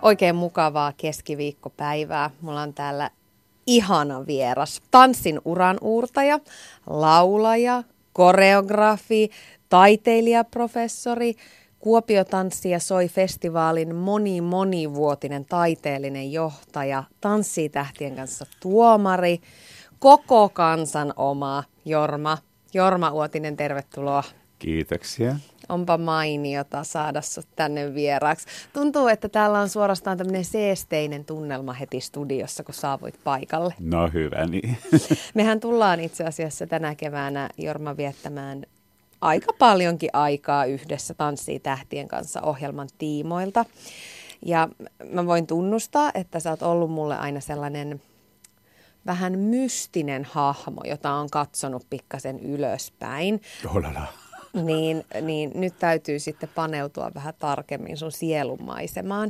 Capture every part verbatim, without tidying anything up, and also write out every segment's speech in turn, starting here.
Oikein mukavaa keskiviikkopäivää. Mulla on täällä ihana vieras. Tanssin uranuurtaja, laulaja, koreografi, taiteilijaprofessori, Kuopio Tanssi ja Soi -festivaalin moni monivuotinen taiteellinen johtaja, Tanssii tähtien kanssa tuomari, koko kansan oma Jorma. Jorma Uotinen, tervetuloa. Kiitoksia. Onpa mainiota saada sut tänne vieraaksi. Tuntuu, että täällä on suorastaan tämmöinen seesteinen tunnelma heti studiossa, kun saavuit paikalle. No hyvä niin. Mehän tullaan itse asiassa tänä keväänä, Jorma, viettämään aika paljonkin aikaa yhdessä Tanssii tähtien kanssa -ohjelman tiimoilta. Ja mä voin tunnustaa, että sä oot ollut mulle aina sellainen vähän mystinen hahmo, jota on katsonut pikkasen ylöspäin. Olala. Niin, niin nyt täytyy sitten paneutua vähän tarkemmin sun sielunmaisemaan.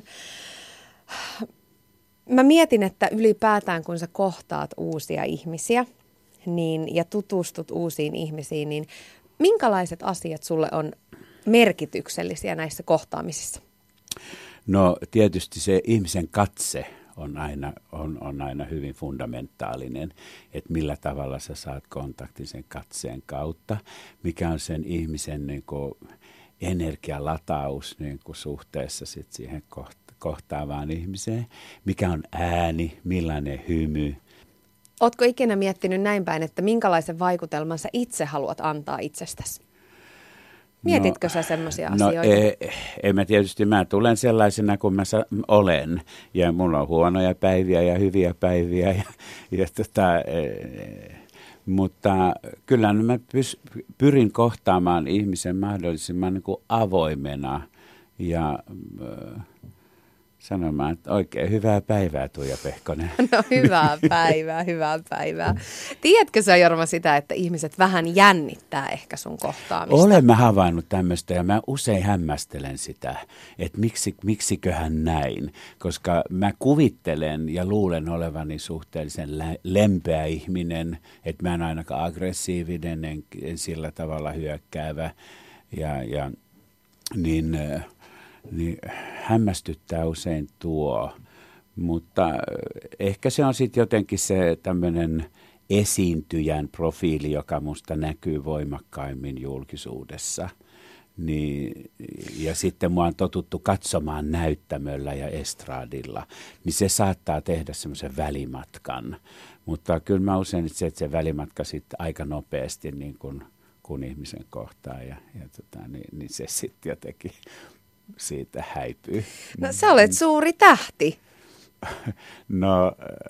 Mä mietin, että ylipäätään kun sä kohtaat uusia ihmisiä niin, ja tutustut uusiin ihmisiin, niin minkälaiset asiat sulle on merkityksellisiä näissä kohtaamisissa? No tietysti se ihmisen katse on aina, on, on aina hyvin fundamentaalinen, että millä tavalla sä saat kontaktin sen katseen kautta, mikä on sen ihmisen niin kuin energialataus niin kuin suhteessa sit siihen kohtaavaan ihmiseen, mikä on ääni, millainen hymy. Ootko ikinä miettinyt näin päin, että minkälaisen vaikutelman sä itse haluat antaa itsestäsi? Mietitkö no, sä semmoisia no, asioita? Ei, ei mä tietysti, mä tulen sellaisena kuin mä sa- olen. Ja mulla on huonoja päiviä ja hyviä päiviä. Ja, ja tota, e, mutta kyllä mä pys, pyrin kohtaamaan ihmisen mahdollisimman niin kuin avoimena ja äh, sanomaan, että oikein hyvää päivää, Tuija Pehkonen. No hyvää päivää, hyvää päivää. Tiedätkö sä, Jorma, sitä, että ihmiset vähän jännittää ehkä sun kohtaamista? Olen mä havainnut tämmöistä ja mä usein hämmästelen sitä, että miksi, miksiköhän näin. Koska mä kuvittelen ja luulen olevani suhteellisen lä- lempeä ihminen, että mä en ainakaan aggressiivinen, en, en sillä tavalla hyökkäävä ja, ja niin... niin hämmästyttää usein tuo, mutta ehkä se on sitten jotenkin se tämmöinen esiintyjän profiili, joka musta näkyy voimakkaimmin julkisuudessa. Niin, ja sitten mua on totuttu katsomaan näyttämöllä ja estradilla, niin se saattaa tehdä semmoisen välimatkan. Mutta kyllä mä usein itse, että se välimatka sitten aika nopeasti niin kun, kun ihmisen kohtaa ja, ja tota, niin, niin se sitten jotenkin siitä häipyy. No sä olet suuri tähti. No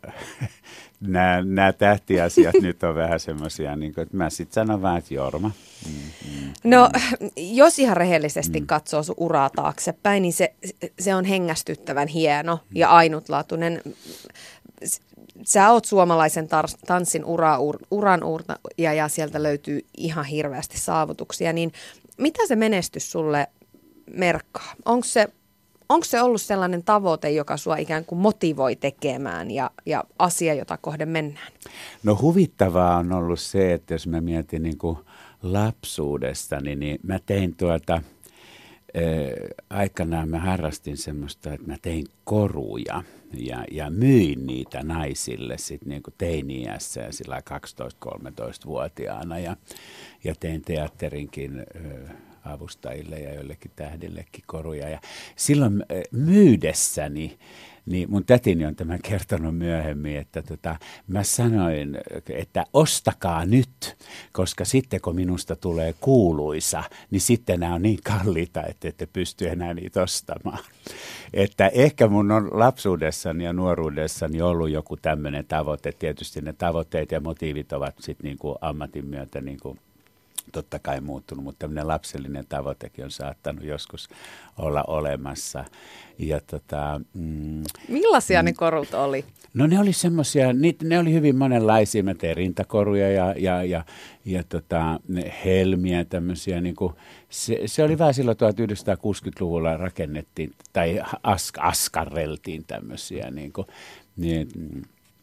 nämä tähtiasiat nyt on vähän semmoisia, niin että mä sitten sanon vaan, että Jorma. Mm, mm, no mm. jos ihan rehellisesti mm. katsoo sun uraa taaksepäin, niin se, se on hengästyttävän hieno mm. ja ainutlaatuinen. Sä oot suomalaisen tar- tanssin ura, ur, uran uurta ja, ja sieltä löytyy ihan hirveästi saavutuksia. Niin mitä se menestys sulle merkkaa? Onko se, onko se ollut sellainen tavoite, joka sua ikään kuin motivoi tekemään ja, ja asia, jota kohden mennään? No huvittavaa on ollut se, että jos mä mietin niin kuin lapsuudestani, niin mä tein tuota, ää, aikanaan mä harrastin semmoista, että mä tein koruja ja, ja myin niitä naisille sitten niin kuin teini-iässä ja sillä kaksitoista-kolmetoista-vuotiaana ja, ja tein teatterinkin ää, avustajille ja joillekin tähdillekin koruja. Ja silloin myydessäni, niin mun tätini on tämän kertonut myöhemmin, että tota, mä sanoin, että ostakaa nyt, koska sitten kun minusta tulee kuuluisa, niin sitten nämä on niin kalliita, että ette pysty enää niitä ostamaan. Että ehkä mun on lapsuudessani ja nuoruudessani ollut joku tämmöinen tavoite. Tietysti ne tavoitteet ja motiivit ovat sitten niin kuin ammatin myötä niin kuin totta kai muuttunut, mutta tämmöinen lapsellinen tavoitekin on saattanut joskus olla olemassa. Ja tota, mm, millaisia ne korut oli? No ne oli semmoisia, ne oli hyvin monenlaisia. Mä tein rintakoruja ja, ja, ja, ja tota, helmiä tämmöisiä. Niin kuin, se, se oli vähän silloin tuhatyhdeksänsataakuusikymmentäluvulla rakennettiin tai as, askarreltiin tämmöisiä. Niin kuin, niin,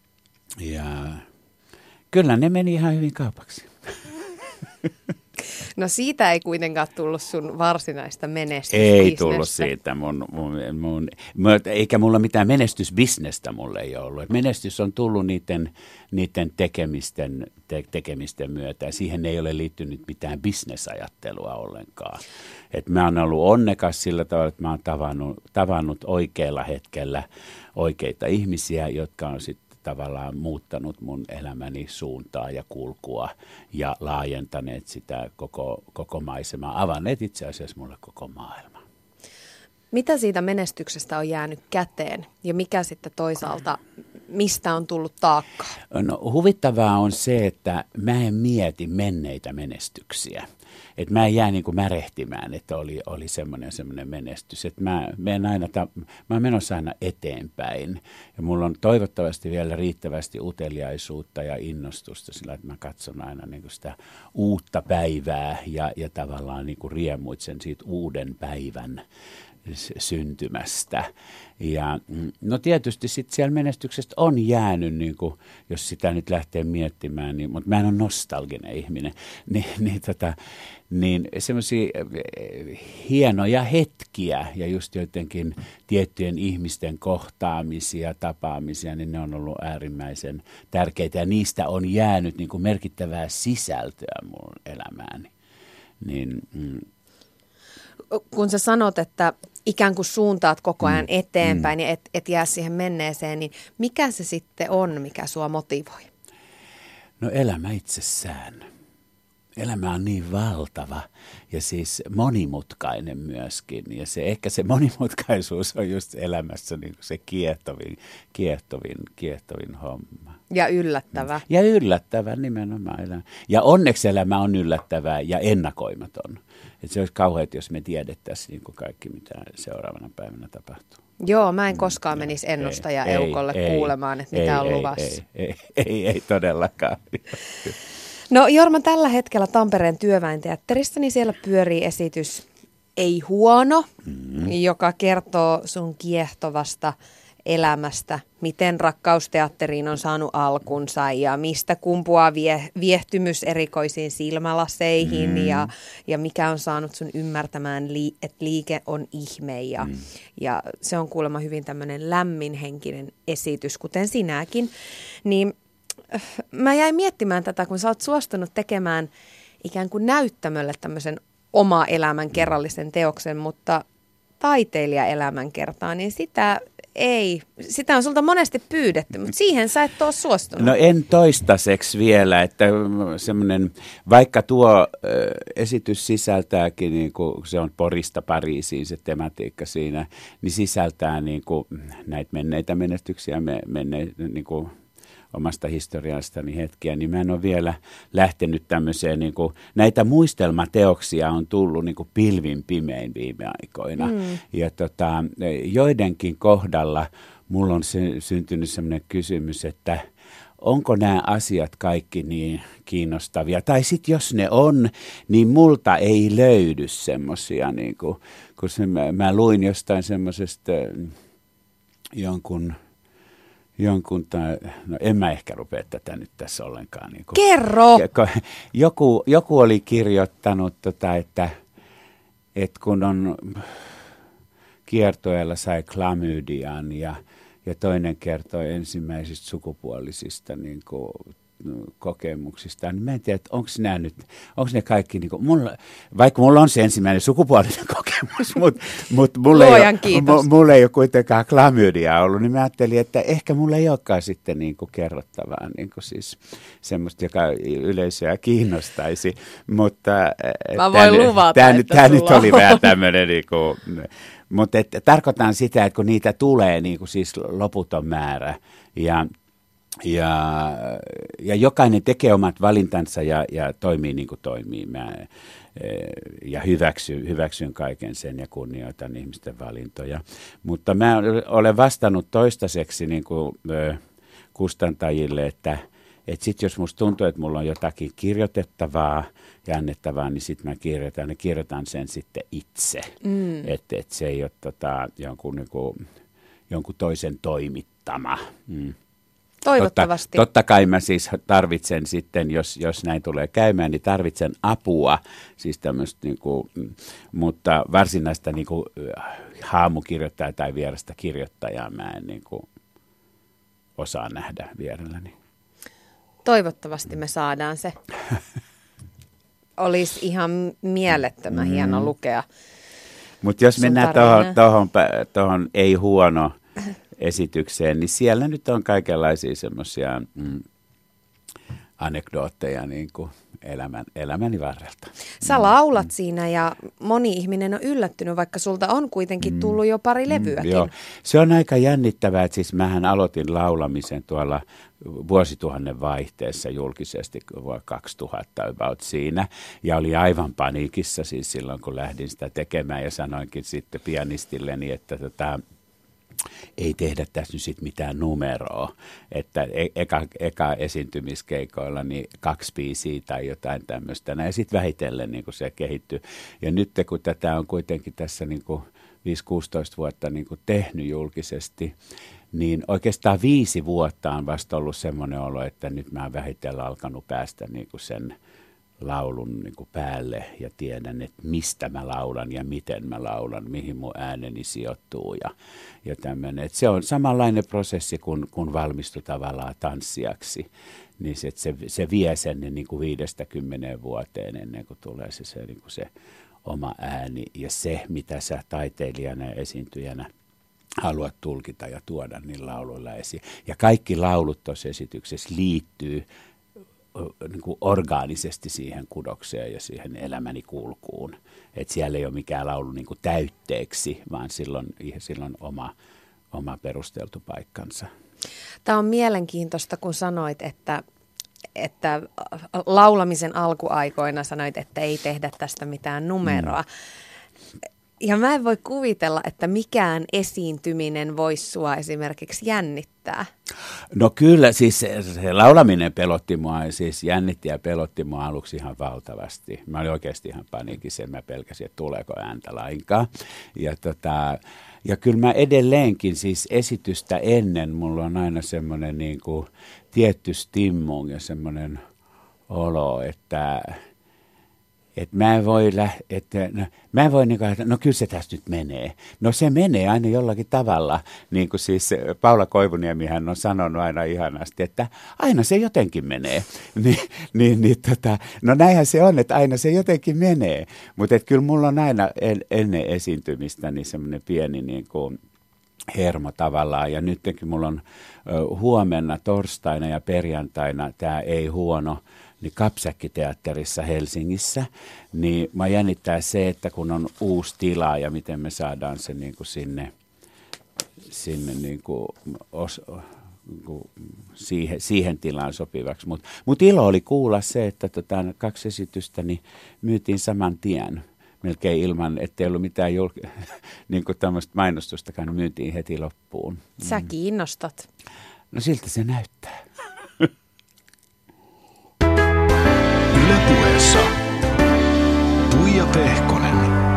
ja kyllä ne meni ihan hyvin kaupaksi. No siitä ei kuitenkaan tullut sun varsinaista menestysbisnestä. Ei tullut siitä, mun, mun, mun, mun, eikä mulla mitään menestysbisnestä mulle ei ollut. Menestys on tullut niiden, niiden tekemisten, te, tekemisten myötä ja siihen ei ole liittynyt mitään bisnesajattelua ollenkaan. Et mä oon ollut onnekas sillä tavalla, että mä oon tavannut, tavannut oikealla hetkellä oikeita ihmisiä, jotka on sitten tavallaan muuttanut mun elämäni suuntaa ja kulkua ja laajentaneet sitä koko, koko maisemaa, avanneet itse asiassa mulle koko maailma. Mitä siitä menestyksestä on jäänyt käteen ja mikä sitten toisaalta, mistä on tullut taakkaa? No, huvittavaa on se, että mä en mieti menneitä menestyksiä. Että mä en jää niin kuin märehtimään, että oli, oli semmoinen semmoinen menestys. Että mä, mä, aina ta, mä oon menossa aina eteenpäin. Ja mulla on toivottavasti vielä riittävästi uteliaisuutta ja innostusta sillä, että mä katson aina niin kuin sitä uutta päivää ja, ja tavallaan niin kuin riemuitsen siitä uuden päivän syntymästä. Ja no tietysti sitten siellä menestyksestä on jäänyt, niin kuin, jos sitä nyt lähtee miettimään, niin, mutta mä en ole nostalginen ihminen, niin, niin, tota, niin semmoisia hienoja hetkiä ja just jotenkin tiettyjen ihmisten kohtaamisia, tapaamisia, niin ne on ollut äärimmäisen tärkeitä ja niistä on jäänyt niin kuin merkittävää sisältöä mun elämääni. Niin, mm. Kun sä sanot, että ikään kuin suuntaat koko ajan eteenpäin mm. ja et, et jää siihen menneeseen, niin mikä se sitten on, mikä sua motivoi? No elämä itsessään. Elämä on niin valtava ja siis monimutkainen myöskin. Ja se, ehkä se monimutkaisuus on just elämässä niin kuin se kiehtovin, kiehtovin, kiehtovin homma. Ja yllättävä. Ja yllättävä nimenomaan. Ja onneksi elämä on yllättävää ja ennakoimaton. Että se olisi kauheat, jos me tiedettäisiin niin kuin kaikki, mitä seuraavana päivänä tapahtuu. Joo, mä en koskaan menisi ennustaja-eukolle kuulemaan, että mitä ei, on ei, luvassa. Ei, ei, ei, ei, ei todellakaan. No Jorma, tällä hetkellä Tampereen Työväenteatterissa, niin siellä pyörii esitys Ei huono, mm-hmm. joka kertoo sun kiehtovasta elämästä, miten rakkausteatteriin on saanut alkunsa ja mistä kumpuaa vie, viehtymys erikoisiin silmälaseihin mm. ja, ja mikä on saanut sun ymmärtämään, li, että liike on ihme ja, mm. ja se on kuulemma hyvin tämmöinen lämminhenkinen esitys, kuten sinäkin. Niin mä jäin miettimään tätä, kun sä oot suostunut tekemään ikään kuin näyttämölle tämmöisen oma elämän kerrallisen teoksen, mutta taiteilijaelämän kertaa, niin sitä ei. Sitä on sulta monesti pyydetty, mutta siihen sä et ole suostunut. No en toistaiseksi vielä, että semmoinen, vaikka tuo esitys sisältääkin, niin kuin se on Porista Pariisiin se tematiikka siinä, niin sisältää niin kuin näitä menneitä menestyksiä, menneitä niin kuin omasta historiastani hetkiä, niin mä en ole vielä lähtenyt tämmöiseen, niin kuin, näitä muistelmateoksia on tullut niin kuin pilvin pimein viime aikoina. Mm. Ja tota, joidenkin kohdalla mulla on sy- syntynyt semmoinen kysymys, että onko nämä asiat kaikki niin kiinnostavia? Tai sitten jos ne on, niin multa ei löydy semmoisia, niin kuin, kun se, mä, mä luin jostain semmoisesta jonkun... Jonkun, no en mä ehkä rupea tätä nyt tässä ollenkaan. Niin kuin, Kerro! Joku, joku oli kirjoittanut, tota, että, että kun on kiertoilla sai klamydian ja, ja toinen kertoi ensimmäisistä sukupuolisista niin kuin, kokemuksista, niin mä en tiedä, onko nämä nyt, onko ne kaikki, niin kuin, mulla, vaikka mulla on se ensimmäinen sukupuolinen kokemus, mutta mut mulla, mulla ei ole kuitenkaan klamydiaa ollut, niin mä ajattelin, että ehkä mulla ei olekaan sitten niin kuin kerrottavaa, niin kuin siis semmoista, joka yleisöä kiinnostaisi, mutta mä voin luvata, tämä nyt, tämä nyt oli vähän tämmöinen, niin kuin, mutta et, tarkoitan sitä, että kun niitä tulee niin kuin siis loputon määrä ja Ja, ja jokainen tekee omat valintansa ja, ja toimii niin kuin toimii. Mä, ja hyväksyn, hyväksyn kaiken sen ja kunnioitan ihmisten valintoja. Mutta mä olen vastannut toistaiseksi niin kuin, ö, kustantajille, että et sit jos musta tuntuu, että mulla on jotakin kirjoitettavaa ja annettavaa, niin sitten mä kirjoitan ja kirjoitan sen sitten itse. Mm. Että et se ei ole tota, jonkun, niin kuin, jonkun toisen toimittama. Mm. Toivottavasti. Totta, totta kai mä siis tarvitsen sitten, jos, jos näin tulee käymään, niin tarvitsen apua, siis tämmöistä, niin kuin, mutta varsinaista niin kuin, haamukirjoittajaa tai vierasta kirjoittajaa mä en niin kuin, osaa nähdä vierelläni. Toivottavasti me saadaan se. Olisi ihan mielettömän mm. hieno lukea. Mutta jos mennään tuohon ei huono esitykseen, niin siellä nyt on kaikenlaisia semmoisia mm, anekdootteja niin kuin elämän, elämäni varrelta. Sä laulat mm. siinä ja moni ihminen on yllättynyt, vaikka sulta on kuitenkin tullut jo pari levyäkin. Mm, joo. Se on aika jännittävää, että siis mähän aloitin laulamisen tuolla vuosituhannen vaihteessa julkisesti vuonna kaksituhatta about siinä. Ja oli aivan paniikissa siis silloin, kun lähdin sitä tekemään ja sanoinkin sitten pianistilleni, että tota, ei tehdä tässä nyt sit mitään numeroa, että eka, eka esiintymiskeikoilla niin kaksi biisiä tai jotain tämmöistä. Ja sitten vähitellen niin kuin se kehittyy. Ja nyt kun tätä on kuitenkin tässä niin kuin viisi kuusitoista vuotta niin kuin tehnyt julkisesti, niin oikeastaan viisi vuotta on vasta ollut semmoinen olo, että nyt mä oon vähitellen alkanut päästä niin kuin sen laulun niin kuin päälle ja tiedän, että mistä mä laulan ja miten mä laulan, mihin mun ääneni sijoittuu ja, ja tämmöinen. Että se on samanlainen prosessi, kun, kun valmistui tavallaan tanssijaksi, niin se, se, se vie sen niin kuin viidestä kymmeneen vuoteen ennen kuin tulee se, se, niin kuin se oma ääni ja se, mitä sä taiteilijana ja esiintyjänä haluat tulkita ja tuoda niin lauluilla esiin. Ja kaikki laulut tuossa esityksessä liittyy niin kuin orgaanisesti siihen kudokseen ja siihen elämäni kulkuun. Että siellä ei ole mikään laulu niin kuin täytteeksi, vaan silloin, silloin oma, oma perusteltu paikkansa. Tämä on mielenkiintoista, kun sanoit, että, että laulamisen alkuaikoina sanoit, että ei tehdä tästä mitään numeroa. Mm. Ja mä en voi kuvitella, että mikään esiintyminen voisi sua esimerkiksi jännittää. No kyllä, siis se, se laulaminen pelotti mua, siis jännitti ja pelotti mua aluksi ihan valtavasti. Mä olin oikeasti ihan paniikissa, mä pelkäsin, että tuleeko ääntä lainkaan. Ja, tota, ja kyllä mä edelleenkin siis esitystä ennen, mulla on aina semmoinen niin kuin tietty stimmung ja semmoinen olo, että Että mä en voi, lä- että, no, mä en voi niin kuin, no kyllä se tästä nyt menee. No se menee aina jollakin tavalla, niin kuin siis Paula Koivuniemihän on sanonut aina ihanasti, että aina se jotenkin menee. Ni, niin, niin, tota, no näinhän se on, että aina se jotenkin menee. Mutta kyllä mulla on aina en, ennen esiintymistä niin semmoinen pieni niin kuin hermo tavallaan. Ja nytkin mulla on ö, huomenna, torstaina ja perjantaina tämä Ei huono, niin Kapsäkkiteatterissa Helsingissä, niin mä jännittää se, että kun on uusi tila ja miten me saadaan se niin kuin sinne, sinne niin kuin os, niin kuin siihen, siihen tilaan sopivaksi. Mutta mut ilo oli kuulla se, että tota, kaksi esitystä niin myytiin saman tien. Melkein ilman, ettei ollut mitään julk- niin kuin tämmöistä mainostustakaan, niin myytiin heti loppuun. Sä kiinnostat. No siltä se näyttää. Yle Puheessa Tuija Pehkonen.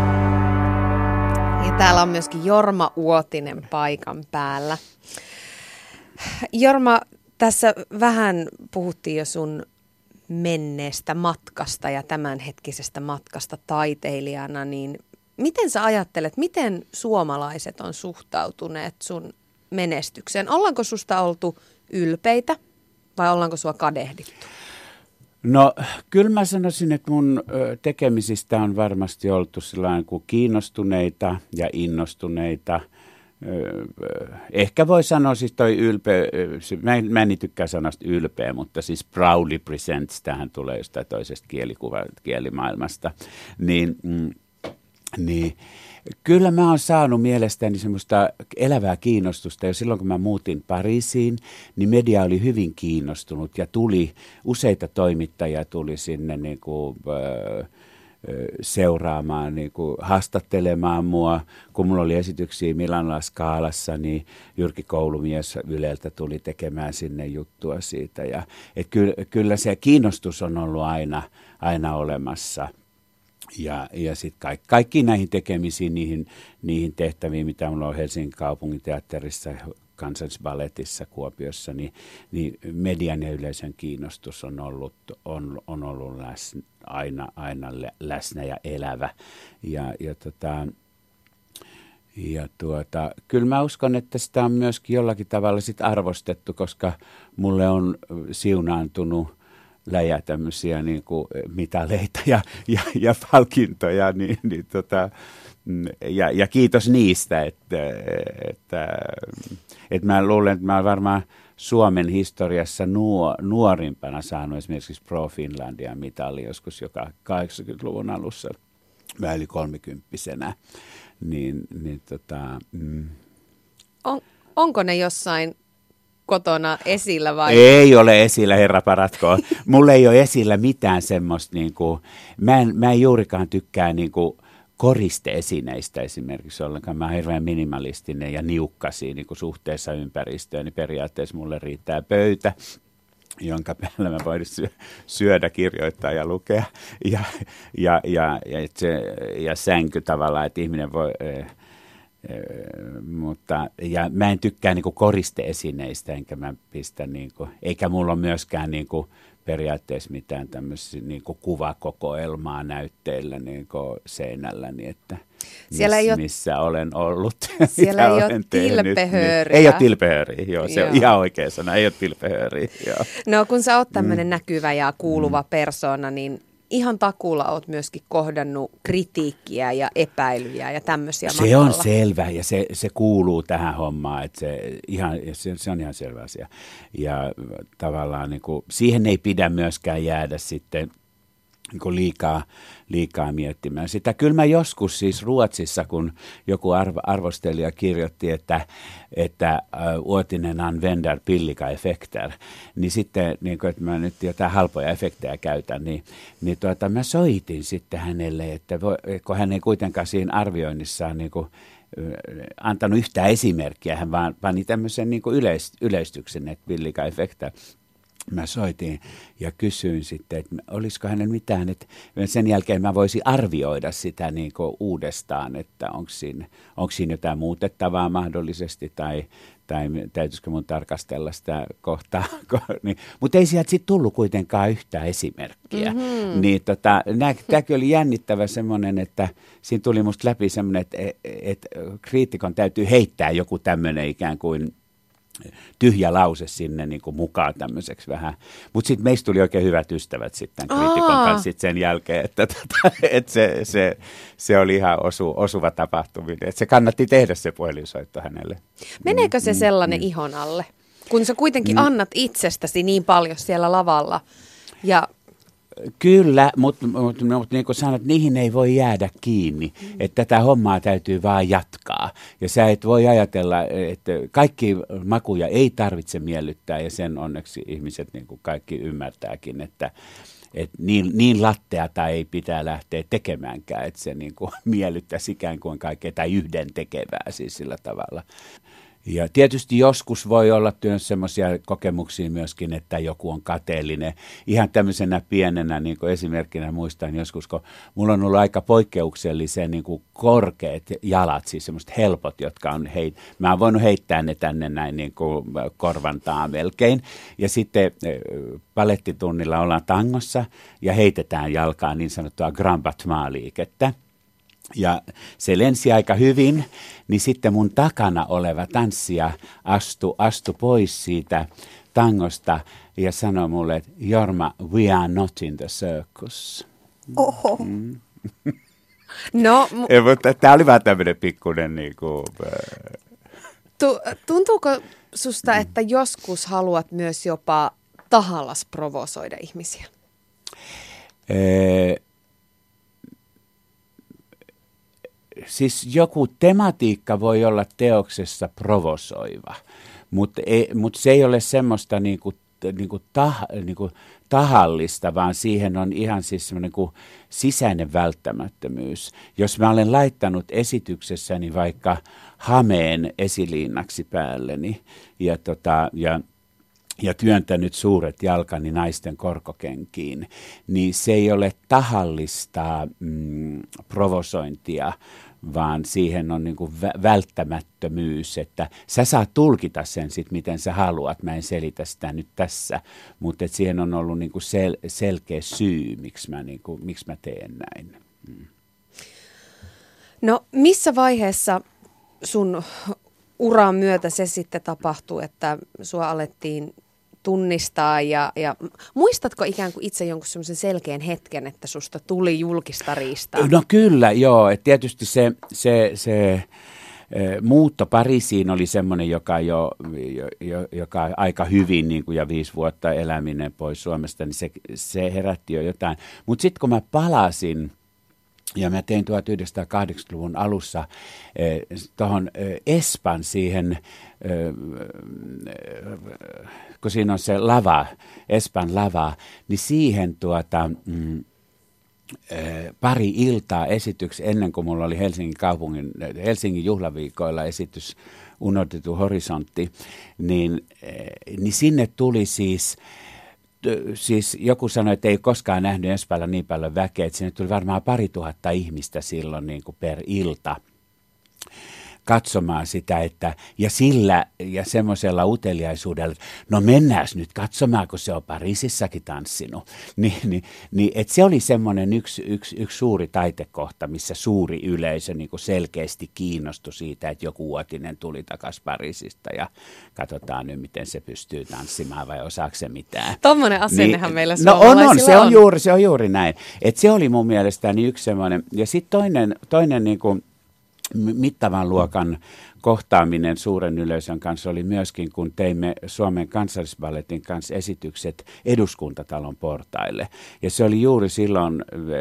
Ja täällä on myöskin Jorma Uotinen paikan päällä. Jorma, tässä vähän puhuttiin jo sun menneestä matkasta ja tämänhetkisestä matkasta taiteilijana, niin miten sä ajattelet, miten suomalaiset on suhtautuneet sun menestykseen? Ollaanko susta oltu ylpeitä vai ollaanko sua kadehdittu? No kyllä mä sanoisin, että mun tekemisistä on varmasti oltu sellainen kuin kiinnostuneita ja innostuneita. Ehkä voi sanoa siis toi ylpeä, mä en, mä en tykkää sanasta ylpeä, mutta siis proudly presents, tähän tulee jostain toisesta kielikuva, kielimaailmasta, niin, mm, niin kyllä mä oon saanut mielestäni semmoista elävää kiinnostusta. Jo silloin, kun mä muutin Pariisiin, niin media oli hyvin kiinnostunut ja tuli, useita toimittajia tuli sinne niin kuin, äh, seuraamaan, niin kuin haastattelemaan mua. Kun mulla oli esityksiä Milan Scalassa, niin Jyrki Koulumies Yleltä tuli tekemään sinne juttua siitä. Ja, et kyllä, kyllä se kiinnostus on ollut aina, aina olemassa. Ja, ja sitten kaikki, kaikki näihin tekemisiin, niihin, niihin tehtäviin, mitä mulla on Helsingin kaupunginteatterissa Kansallisballetissa Kuopiossa, niin, niin median ja yleisön kiinnostus on ollut, on, on ollut läsnä, aina, aina läsnä ja elävä. Ja, ja, tota, ja tuota, kyllä mä uskon, että sitä on myöskin jollakin tavalla sit arvostettu, koska mulle on siunaantunut läjä tämmöisiä niin kuin mitaleita ja, ja, ja palkintoja, niin, niin tota, ja, ja kiitos niistä, että, että, että mä luulen, että mä olen varmaan Suomen historiassa nuo, nuorimpana saanut esimerkiksi Pro Finlandia mitali joskus joka kahdeksankymmentäluvun alussa, vähän yli kolmikymppisenä. Niin, niin tota, mm. On, onko ne jossain kotona esillä vai? Ei ole esillä, herra paratkoon. Mulla ei ole esillä mitään semmoista, niin kuin, mä, en, mä en juurikaan tykkää niin kuin koriste-esineistä esimerkiksi ollenkaan. Mä oon hirveän minimalistinen ja niukkasi niin kuin suhteessa ympäristöön, niin periaatteessa mulle riittää pöytä, jonka päällä mä voin syödä, kirjoittaa ja lukea, ja, ja, ja, ja, se, ja sänky tavallaan, että ihminen voi... Mutta, ja mä en tykkää niinku koriste-esineistä, enkä mä pistä niinku, eikä mulla ole myöskään niinku periaatteessa mitään tämmöisiä niinku kuvakokoelmaa näytteillä niinku seinälläni, että miss, ei ole, missä olen ollut. Siellä ei ole tilpehööriä. Niin, ei ole tilpehööriä, joo, se joo. on ihan oikea sana, ei ole tilpehööriä. Joo. No kun sä oot tämmöinen mm. näkyvä ja kuuluva mm. persoona, niin ihan takuulla olet myöskin kohdannut kritiikkiä ja epäilyjä ja tämmöisiä Se matkalla. on selvä ja se, se kuuluu tähän hommaan, että se, ihan, se, se on ihan selvä asia. Ja tavallaan niin kuin, siihen ei pidä myöskään jäädä sitten niin kuin liikaa, liikaa miettimään sitä. Kyllä mä joskus siis Ruotsissa, kun joku arvo, arvostelija kirjoitti, että, että uh, Uotinen använder pilliga effekter, niin sitten, niin kuin, että mä nyt jotain halpoja efektejä käytän, niin, niin tuota, mä soitin sitten hänelle, että voi, kun hän ei kuitenkaan siinä arvioinnissaan niin kuin, antanut yhtään esimerkkiä, hän vaan pani tämmöisen niin kuin yleist, yleistyksen, että pilliga effekter. Mä soitin ja kysyin sitten, että olisiko hänellä mitään, että sen jälkeen mä voisin arvioida sitä niin kuin uudestaan, että onko siinä, onko siinä jotain muutettavaa mahdollisesti tai, tai täytyisikö mun tarkastella sitä kohtaa. Niin, mutta ei sieltä sitten tullut kuitenkaan yhtään esimerkkiä. Mm-hmm. Niin tota, tämäkin oli jännittävä semmoinen, että siinä tuli musta läpi semmoinen, että, että kriitikon täytyy heittää joku tämmöinen ikään kuin tyhjä lause sinne niin kuin mukaan tämmöiseksi vähän. Mutta sitten meistä tuli oikein hyvät ystävät sitten kriitikon kanssa sit sen jälkeen, että, että se, se, se oli ihan osu, osuva tapahtuminen. Että se kannatti tehdä se puhelinsoitto hänelle. Meneekö se sellainen mm. ihon alle, kun sä kuitenkin mm. annat itsestäsi niin paljon siellä lavalla ja... Kyllä, mutta mut, mut, niin kuin sanot, niihin ei voi jäädä kiinni, mm. että tätä hommaa täytyy vaan jatkaa. Ja sä et voi ajatella, että kaikki makuja ei tarvitse miellyttää ja sen onneksi ihmiset niin kuin kaikki ymmärtääkin, että et niin, niin latteata ei pitää lähteä tekemäänkään, että se niin kuin miellyttäisi ikään kuin kaikkea tai yhden tekevää siis sillä tavalla. Ja tietysti joskus voi olla myös semmoisia kokemuksia myöskin, että joku on kateellinen. Ihan tämmöisenä pienenä niin kuin esimerkkinä muistan joskus, kun mulla on ollut aika poikkeuksellisen niin kuin korkeat jalat, siis semmoiset helpot, jotka on heit... Mä oon voinut heittää ne tänne näin niin kuin korvantaan melkein. Ja sitten balettitunnilla ollaan tangossa ja heitetään jalkaan niin sanottua grand battement-liikettä. Ja se lensi aika hyvin, niin sitten mun takana oleva tanssija astui astu pois siitä tangosta ja sanoi mulle, että Jorma, we are not in the circus. Oho. Mm. No, mu- ja, mutta tämä oli vähän tämmöinen pikkuinen niin kuin... Tu- tuntuuko susta, että joskus haluat myös jopa tahallas provosoida ihmisiä? Ee, Siis joku tematiikka voi olla teoksessa provosoiva, mutta mut se ei ole semmoista niinku, niinku tah, niinku tahallista, vaan siihen on ihan siis semmoinen kuin sisäinen välttämättömyys. Jos mä olen laittanut esityksessäni vaikka hameen esiliinnaksi päälleni ja, tota, ja ja työntänyt suuret jalkani naisten korkokenkiin, niin se ei ole tahallista mm, provosointia, vaan siihen on niin kuin vä- välttämättömyys, että sä saat tulkita sen sit, miten sä haluat. Mä en selitä sitä nyt tässä, mutta et siihen on ollut niin kuin sel- selkeä syy, miksi mä, niin kuin, miksi mä teen näin. Mm. No missä vaiheessa sun uran myötä se sitten tapahtui, että sua alettiin tunnistaa ja, ja muistatko ikään kuin itse jonkun semmoisen selkeän hetken, että susta tuli julkista riistaa? No kyllä, joo. Et tietysti se, se, se muutto Pariisiin oli semmoinen, joka jo, jo joka aika hyvin niin kuin ja viisi vuotta eläminen pois Suomesta, niin se, se herätti jo jotain. Mutta sitten kun mä palasin, ja mä tein tuhatyhdeksänsataakahdeksankymmentäluvun alussa eh, tuohon eh, Espan siihen, eh, kun siinä on se lava, Espan lava, niin siihen tuota, mm, eh, pari iltaa esityksiä ennen kuin mulla oli Helsingin kaupungin, Helsingin juhlaviikoilla esitys Unohdettu horisontti, niin, eh, niin sinne tuli siis Siis joku sanoi, että ei koskaan nähnyt Espalla niin paljon väkeä, että sinne tuli varmaan pari tuhatta ihmistä silloin niin kuin per ilta katsomaan sitä, että, ja sillä ja semmoisella uteliaisuudella, no mennään nyt katsomaan, kun se on Pariisissakin tanssinut. Ni, niin, niin, että se oli semmoinen yksi, yksi, yksi suuri taitekohta, missä suuri yleisö niin kuin selkeästi kiinnostui siitä, että joku Uotinen tuli takaisin Pariisista ja katsotaan nyt, miten se pystyy tanssimaan vai osaako se mitään. Tuommoinen asennehan niin, meillä no on, on, se on, juuri, se on juuri näin. Että se oli mun mielestäni yksi semmoinen, ja sitten toinen, toinen niin kuin mittavan luokan kohtaaminen suuren yleisön kanssa oli myöskin, kun teimme Suomen Kansallisballetin kanssa esitykset Eduskuntatalon portaille. Ja se oli juuri silloin,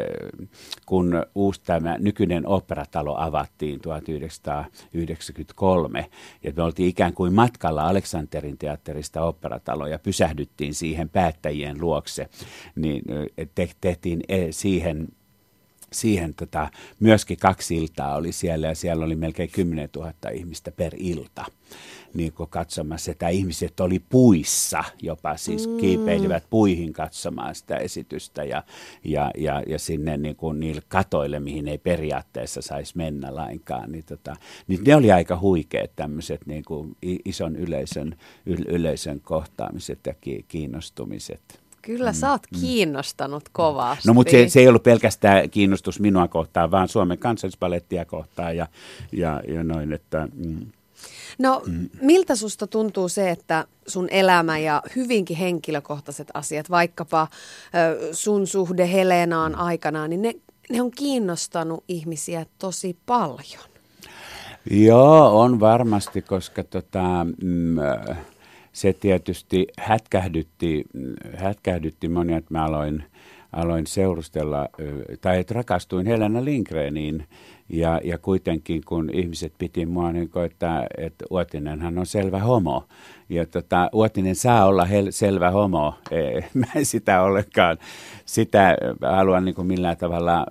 kun uusi tämä nykyinen oopperatalo avattiin tuhatyhdeksänsataayhdeksänkymmentäkolme. Ja me oltiin ikään kuin matkalla Aleksanterin teatterista oopperataloon ja pysähdyttiin siihen päättäjien luokse. Niin te- tehtiin siihen... Siihen tota, myöskin kaksi iltaa oli siellä ja siellä oli melkein kymmenen tuhatta ihmistä per ilta niin kuin katsomassa. Että ihmiset oli puissa jopa, siis mm. kiipeilivät puihin katsomaan sitä esitystä ja, ja, ja, ja sinne niin kuin niille katoille, mihin ei periaatteessa saisi mennä lainkaan. Niin, tota, niin ne oli aika huikeat tämmöiset niin kuin ison yleisön, yl, yleisön kohtaamiset ja ki, kiinnostumiset. Kyllä sä oot kiinnostanut kovasti. No mutta se, se ei ollut pelkästään kiinnostus minua kohtaan, vaan Suomen Kansallisballettia kohtaan ja, ja, ja noin, että... Mm. No miltä susta tuntuu se, että sun elämä ja hyvinkin henkilökohtaiset asiat, vaikkapa ö, sun suhde Helenaan aikanaan, niin ne, ne on kiinnostanut ihmisiä tosi paljon? Joo, on varmasti, koska tota... Mm, se tietysti hätkähdytti, hätkähdytti monia, että mä aloin, aloin seurustella, tai että rakastuin Helena Lindgreniin, ja, ja kuitenkin kun ihmiset piti mua, niin kuin, että, että Uotinenhan on selvä homo, ja tota, Uotinen saa olla hel, selvä homo, ei, mä en sitä ollenkaan, sitä haluan niin kuin millään tavalla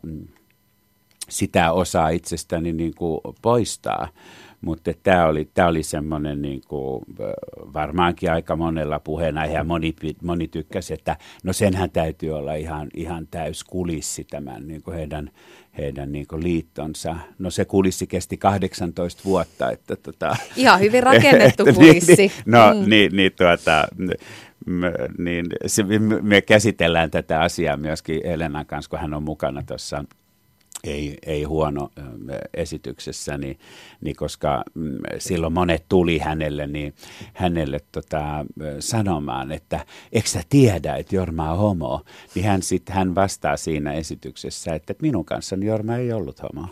sitä osaa itsestäni niin kuin poistaa. Mutta tämä oli, tää oli semmoinen niin kuin, varmaankin aika monella puheena ja moni, moni tykkäsi, että no senhän täytyy olla ihan, ihan täys kulissi tämän niin kuin heidän, heidän niin kuin liittonsa. No se kulissi kesti kahdeksantoista vuotta. Että, tota, ihan hyvin rakennettu kulissi. niin, no mm. niin, niin, tuota, niin se, me käsitellään tätä asiaa myöskin Helenan kanssa, kun hän on mukana tuossa. Ei, ei huono äh, esityksessä, niin, niin koska mm, silloin monet tuli hänelle, niin, hänelle tota, sanomaan, että eikö sä tiedä, että Jorma on homo, niin hän sitten hän vastaa siinä esityksessä, että, että minun kanssani Jorma ei ollut homo.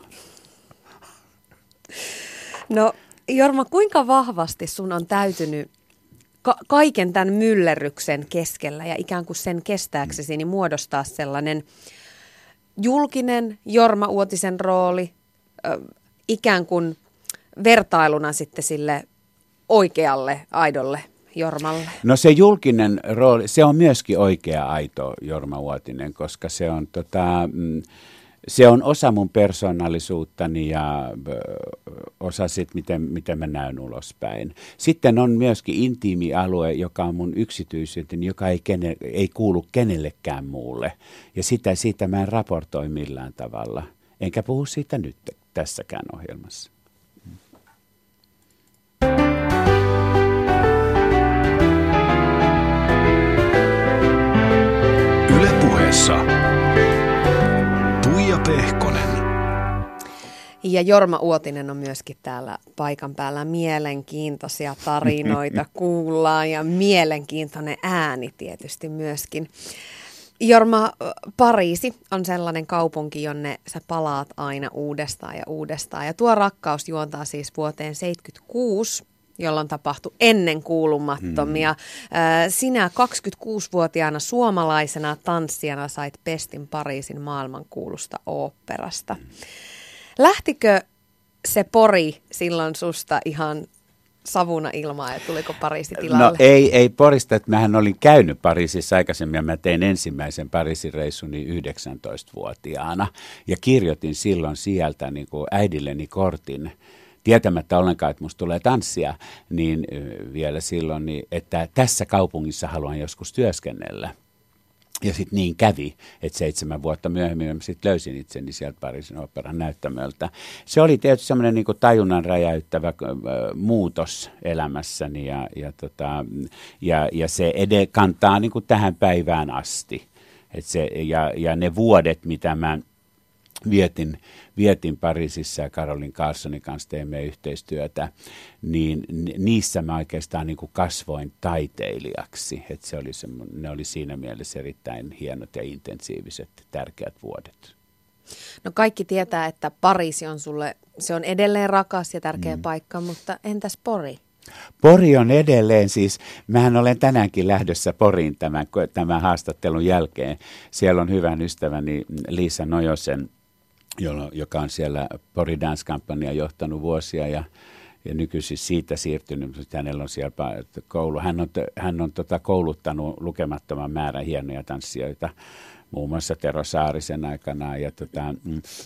No Jorma, kuinka vahvasti sun on täytynyt ka- kaiken tämän myllerryksen keskellä ja ikään kuin sen kestääksesi niin muodostaa sellainen julkinen Jorma Uotisen rooli ö, ikään kuin vertailuna sitten sille oikealle, aidolle Jormalle? No se julkinen rooli, se on myöskin oikea aito Jorma Uotinen, koska se on, tota, se on osa mun persoonallisuuttani ja osa sit, miten, miten mä näyn ulospäin. Sitten on myöskin intiimi alue, joka on mun yksityisyyteni, joka ei, kene, ei kuulu kenellekään muulle. Ja sitä, siitä mä en raportoi millään tavalla. Enkä puhu siitä nyt. tässäkään ohjelmassa. Yle Puheessa Tuija Pehkonen. Ja Jorma Uotinen on myöskin täällä paikan päällä. Mielenkiintoisia tarinoita kuullaan ja mielenkiintoinen ääni tietysti myöskin. Jorma, Pariisi on sellainen kaupunki, jonne sä palaat aina uudestaan ja uudestaan. Ja tuo rakkaus juontaa siis vuoteen seitsemänkymmentäkuusi, jolloin tapahtui ennenkuulumattomia. Hmm. Sinä kaksikymmentäkuusivuotiaana suomalaisena tanssijana sait pestin Pariisin maailmankuulusta oopperasta. Hmm. Lähtikö se Pori silloin susta ihan savuna ilmaa ja tuliko Pariisi tilalle? No ei, ei Porista, että mähän olin käynyt Pariisissa aikaisemmin ja mä tein ensimmäisen Pariisin reissuni yhdeksäntoistavuotiaana ja kirjoitin silloin sieltä niin kuin äidilleni kortin, tietämättä ollenkaan, että musta tulee tanssia, niin vielä silloin, niin, että tässä kaupungissa haluan joskus työskennellä. Ja sitten niin kävi, että seitsemän vuotta myöhemmin sitten löysin itseni sieltä Pariisin oopperan näyttämöltä. Se oli tietysti semmoinen niin kuin tajunnan räjäyttävä äh, muutos elämässäni ja, ja, tota, ja, ja se ed- kantaa niin kuin tähän päivään asti. Et se, ja, ja ne vuodet, mitä mä vietin, vietin Pariisissa ja Caroline Carsonin kanssa teemme yhteistyötä, niin niissä mä oikeastaan niin kuin kasvoin taiteilijaksi. Että se oli ne oli siinä mielessä erittäin hienot ja intensiiviset, tärkeät vuodet. No kaikki tietää, että Pariisi on sulle, se on edelleen rakas ja tärkeä mm. paikka, mutta entäs Pori? Pori on edelleen siis, mähän olen tänäänkin lähdössä Poriin tämän, tämän haastattelun jälkeen. Siellä on hyvän ystäväni Liisa Nojosen, joka on siellä Pori Dance Companya johtanut vuosia ja, ja nykyisin siitä siirtynyt, että hänellä on siellä koulu. Hän on, hän on tota kouluttanut lukemattoman määrän hienoja tanssijoita, muun muassa Tero Saarisen aikana. Ja tota,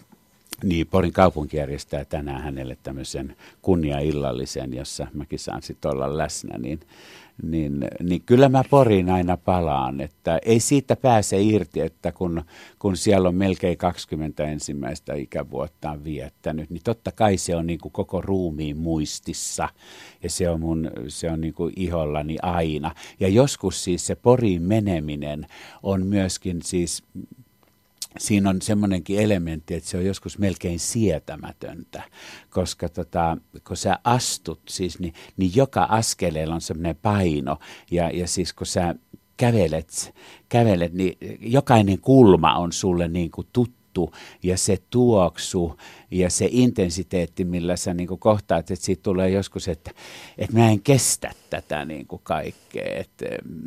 niin Porin kaupunki järjestää tänään hänelle tämmöisen kunniaillallisen, jossa mäkin saan sitten olla läsnä, niin Niin, niin kyllä mä Poriin aina palaan, että ei siitä pääse irti, että kun, kun siellä on melkein kaksikymmentä ensimmäistä ikävuottaan viettänyt, niin totta kai se on niin kuin koko ruumiin muistissa ja se on, mun, se on niin kuin ihollani aina. Ja joskus siis se Poriin meneminen on myöskin siis, siinä on semmoinenkin elementti, että se on joskus melkein sietämätöntä, koska tota, kun sä astut, siis, niin, niin joka askeleella on semmoinen paino ja, ja siis kun sä kävelet, kävelet, niin jokainen kulma on sulle niin kuin tuttu ja se tuoksu ja se intensiteetti, millä sä niin kuin kohtaat, että siitä tulee joskus, että, että mä en kestä tätä niin kuin kaikkea, että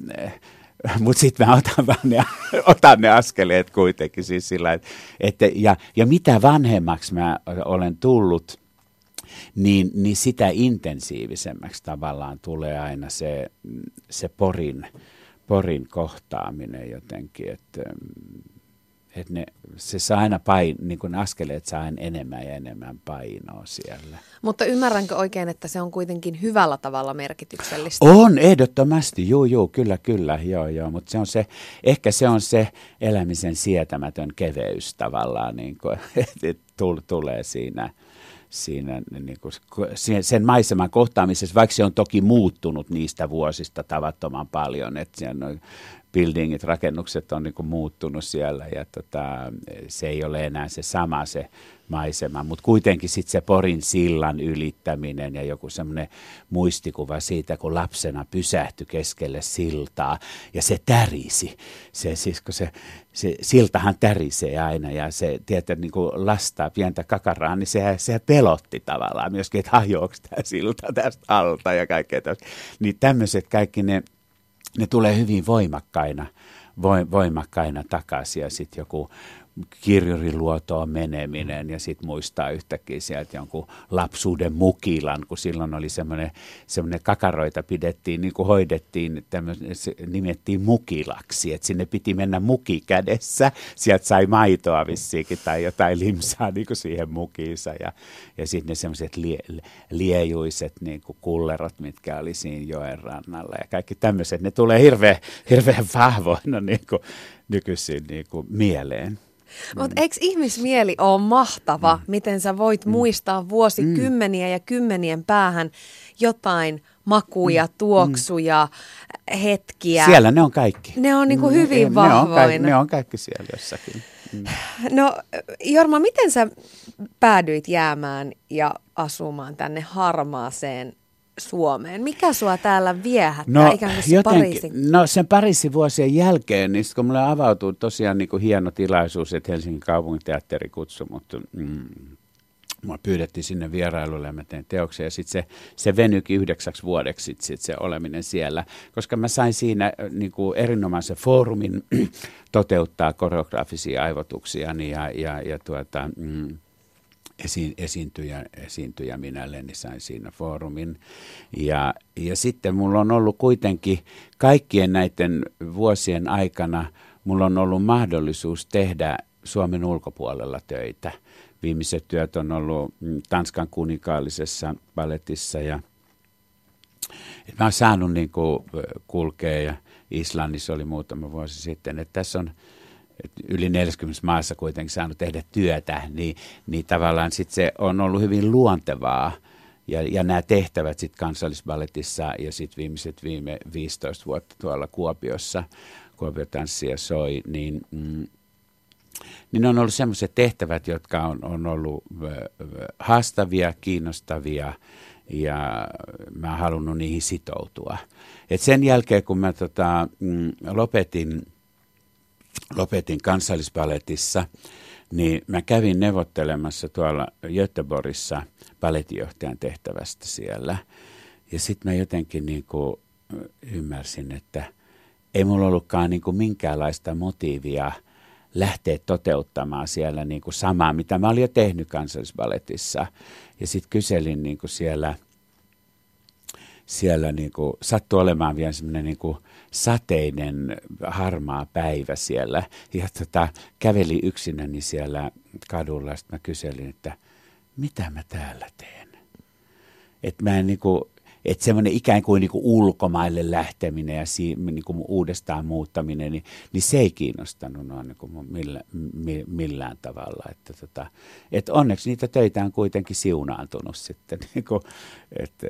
mutta sitten mä otan, ne, otan ne askeleet kuitenkin siis sillä, että, että ja, ja mitä vanhemmaksi mä olen tullut, niin, niin sitä intensiivisemmäksi tavallaan tulee aina se, se porin, porin kohtaaminen jotenkin, että, että ne, se saa aina pain, niin kuin askeleet saa aina enemmän ja enemmän painoa siellä. Mutta ymmärränkö oikein, että se on kuitenkin hyvällä tavalla merkityksellistä? On, ehdottomasti, juu, juu, kyllä, kyllä, joo, joo, mutta se on se, ehkä se on se elämisen sietämätön keveys tavallaan, niin kuin, että tulee siinä, siinä niin kuin, sen maiseman kohtaamisessa, vaikka se on toki muuttunut niistä vuosista tavattoman paljon, että siellä on buildingit, rakennukset on niin kuin muuttunut siellä ja tota, se ei ole enää se sama se maisema, mutta kuitenkin sitten se Porin sillan ylittäminen ja joku semmoinen muistikuva siitä, kun lapsena pysähtyi keskelle siltaa ja se tärisi. Se, siis, kun se, se siltahan tärisee aina ja se tietää niin kuin lastaa pientä kakaraa, niin sehän, sehän pelotti tavallaan myöskin, että hajoako tämä silta tästä alta ja kaikkea tästä. Niin tämmöiset kaikki ne Ne tulee hyvin voimakkaina, voimakkaina takaisin ja sitten joku kirjuriluotoon meneminen ja sitten muistaa yhtäkkiä sieltä jonkun lapsuuden mukilan, kun silloin oli semmoinen, semmoinen kakaroita pidettiin, niin kuin hoidettiin, se nimettiin mukilaksi, että sinne piti mennä muki kädessä, sieltä sai maitoa vissiinkin tai jotain limsaa niin kuin siihen mukiinsa ja, ja sitten ne semmoiset lie, liejuiset niin kuin kullerot, mitkä oli siinä joen rannalla ja kaikki tämmöiset, ne tulee hirveän, hirveän vahvoina niin kuin nykyisin niin kuin mieleen. Mutta eikö ihmismieli ole mahtava, mm. miten sä voit mm. muistaa vuosikymmeniä mm. ja kymmenien päähän jotain makuja, mm. tuoksuja, mm. hetkiä. Siellä ne on kaikki. Ne on niinku hyvin ne, vahvoina. Ne on, kaikki, ne on kaikki siellä jossakin. Mm. No Jorma, miten sä päädyit jäämään ja asumaan tänne harmaaseen Suomeen? Mikä sua täällä viehättää no, ikään kuin se Pariisin? No sen Pariisin vuosien jälkeen, niin kun mulle avautuu tosiaan niin kuin hieno tilaisuus, että Helsingin kaupunginteatteri kutsui mut, mm, mua pyydettiin sinne vierailulle ja mä tein teoksen ja sitten se, se venyikin yhdeksäksi vuodeksi sit, sit se oleminen siellä, koska mä sain siinä niin kuin erinomaisen foorumin toteuttaa koreografisia aivotuksia ja, ja, ja tuota... Mm, Esi- esiintyjä, esiintyjä minä Lenni sain siinä foorumin. Ja, ja sitten mulla on ollut kuitenkin kaikkien näiden vuosien aikana, mulla on ollut mahdollisuus tehdä Suomen ulkopuolella töitä. Viimeiset työt on ollut Tanskan kuninkaallisessa balletissa ja mä oon saanut niin kuin kulkea ja Islannissa oli muutama vuosi sitten, että tässä on yli neljäkymmentä maassa kuitenkin saanut tehdä työtä, niin, niin tavallaan sit se on ollut hyvin luontevaa. Ja, ja nämä tehtävät sitten Kansallisballetissa ja sitten viimeiset viime viisitoista vuotta tuolla Kuopiossa, Kuopio tanssi ja soi, niin, mm, niin on ollut sellaiset tehtävät, jotka on, on ollut haastavia, kiinnostavia ja mä oon halunnut niihin sitoutua. Et sen jälkeen, kun mä tota, mm, lopetin Lopetin Kansallisballetissa, niin mä kävin neuvottelemassa tuolla Göteborgissa ballettijohtajan tehtävästä siellä. Ja sitten mä jotenkin niin kuin ymmärsin, että ei mulla ollutkaan niin kuin minkäänlaista motiivia lähteä toteuttamaan siellä niin kuin samaa, mitä mä olin jo tehnyt Kansallisballetissa. Ja sitten kyselin niin kuin siellä, siellä niin kuin, sattui olemaan vielä semmoinen niin kuin sateinen harmaa päivä siellä ja tota, kävelin yksinäni siellä kadulla. Sitten mä kyselin, että mitä mä täällä teen. Että mä en niinku, että semmoinen ikään kuin niinku ulkomaille lähteminen ja si, niinku uudestaan muuttaminen, niin, niin se ei kiinnostanut noin niinku millä, millään tavalla. Että tota, et onneksi niitä töitä on kuitenkin siunaantunut sitten. Niinku, että,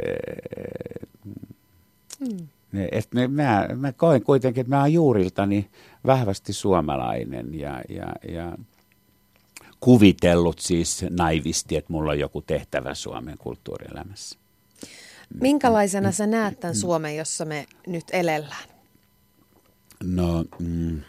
mm. Et me, mä, mä koen kuitenkin, että mä oon juuriltani vahvasti suomalainen ja, ja, ja kuvitellut siis naivisti, että mulla on joku tehtävä Suomen kulttuurielämässä. Minkälaisena sä näet tämän Suomen, jossa me nyt elellään? No, mm,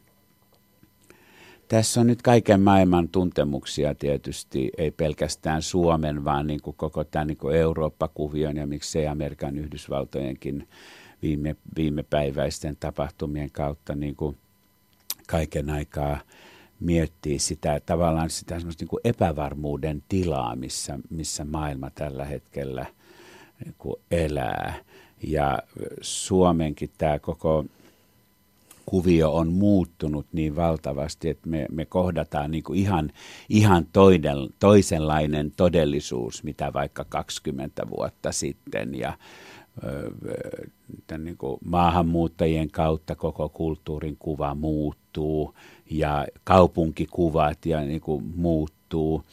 tässä on nyt kaiken maailman tuntemuksia tietysti, ei pelkästään Suomen, vaan niin kuin koko tämän niin kuin Eurooppa-kuvion ja miksei Amerikan Yhdysvaltojenkin Viime, viimepäiväisten tapahtumien kautta niin kuin kaiken aikaa miettii sitä tavallaan sitä semmoista niin kuin epävarmuuden tilaa, missä, missä maailma tällä hetkellä niin kuin elää. Ja Suomenkin tämä koko kuvio on muuttunut niin valtavasti, että me, me kohdataan niin kuin ihan, ihan toiden, toisenlainen todellisuus, mitä vaikka kaksikymmentä vuotta sitten ja tämän niin kuin maahanmuuttajien kautta koko kulttuurin kuva muuttuu ja kaupunkikuvat ja niin kuin muuttuu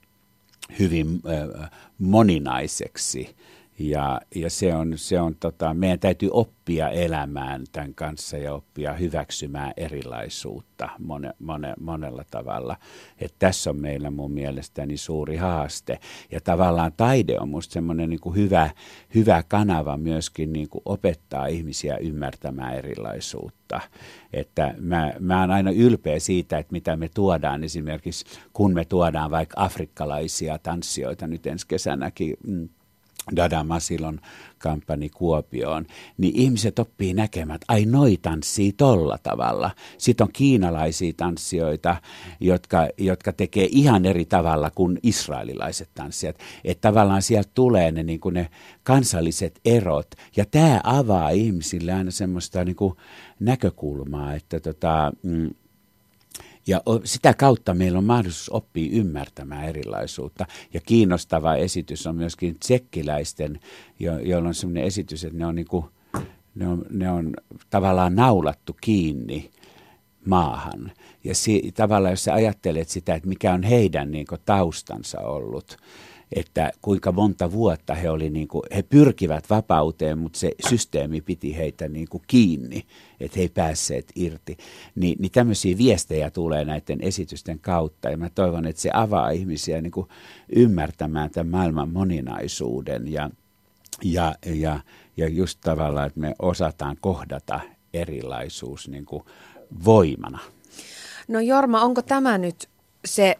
hyvin äh, moninaiseksi. Ja, ja se on, se on tota, meidän täytyy oppia elämään tämän kanssa ja oppia hyväksymään erilaisuutta mone, mone, monella tavalla. Et tässä on meillä mun mielestäni suuri haaste. Ja tavallaan taide on musta semmoinen niin kuin hyvä, hyvä kanava myöskin niin kuin opettaa ihmisiä ymmärtämään erilaisuutta. Että mä, mä oon aina ylpeä siitä, että mitä me tuodaan esimerkiksi, kun me tuodaan vaikka afrikkalaisia tanssijoita nyt ensi kesänäkin, mm, Dada Masilon kampanji Kuopioon, niin ihmiset oppii näkemään, että ai noi tanssii tolla tavalla. Sitten on kiinalaisia tanssijoita, jotka, jotka tekee ihan eri tavalla kuin israelilaiset tanssijat. Että tavallaan sieltä tulee ne, niin kuin ne kansalliset erot. Ja tämä avaa ihmisille aina semmoista niin kuin näkökulmaa, että tota... Mm, ja sitä kautta meillä on mahdollisuus oppia ymmärtämään erilaisuutta. Ja kiinnostava esitys on myöskin tsekkiläisten, jo, joilla on sellainen esitys, että ne on, niin kuin, ne on, ne on tavallaan naulattu kiinni maahan. Ja si- tavallaan jos sä ajattelet sitä, että mikä on heidän niin kuin taustansa ollut, että kuinka monta vuotta he oli niin kuin, he pyrkivät vapauteen, mutta se systeemi piti heitä niin kuin kiinni, että he ei päässeet irti. Ni, niin tämmöisiä viestejä tulee näiden esitysten kautta, ja mä toivon, että se avaa ihmisiä niin kuin ymmärtämään tämän maailman moninaisuuden, ja, ja, ja, ja just tavallaan, että me osataan kohdata erilaisuus niin kuin voimana. No Jorma, onko tämä nyt se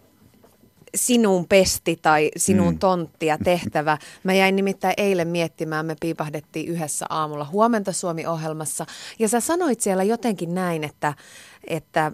sinun pesti tai sinun Mm. tontti ja tehtävä? Mä jäin nimittäin eilen miettimään, me piipahdettiin yhdessä aamulla Huomenta Suomi-ohjelmassa, ja sä sanoit siellä jotenkin näin, että, että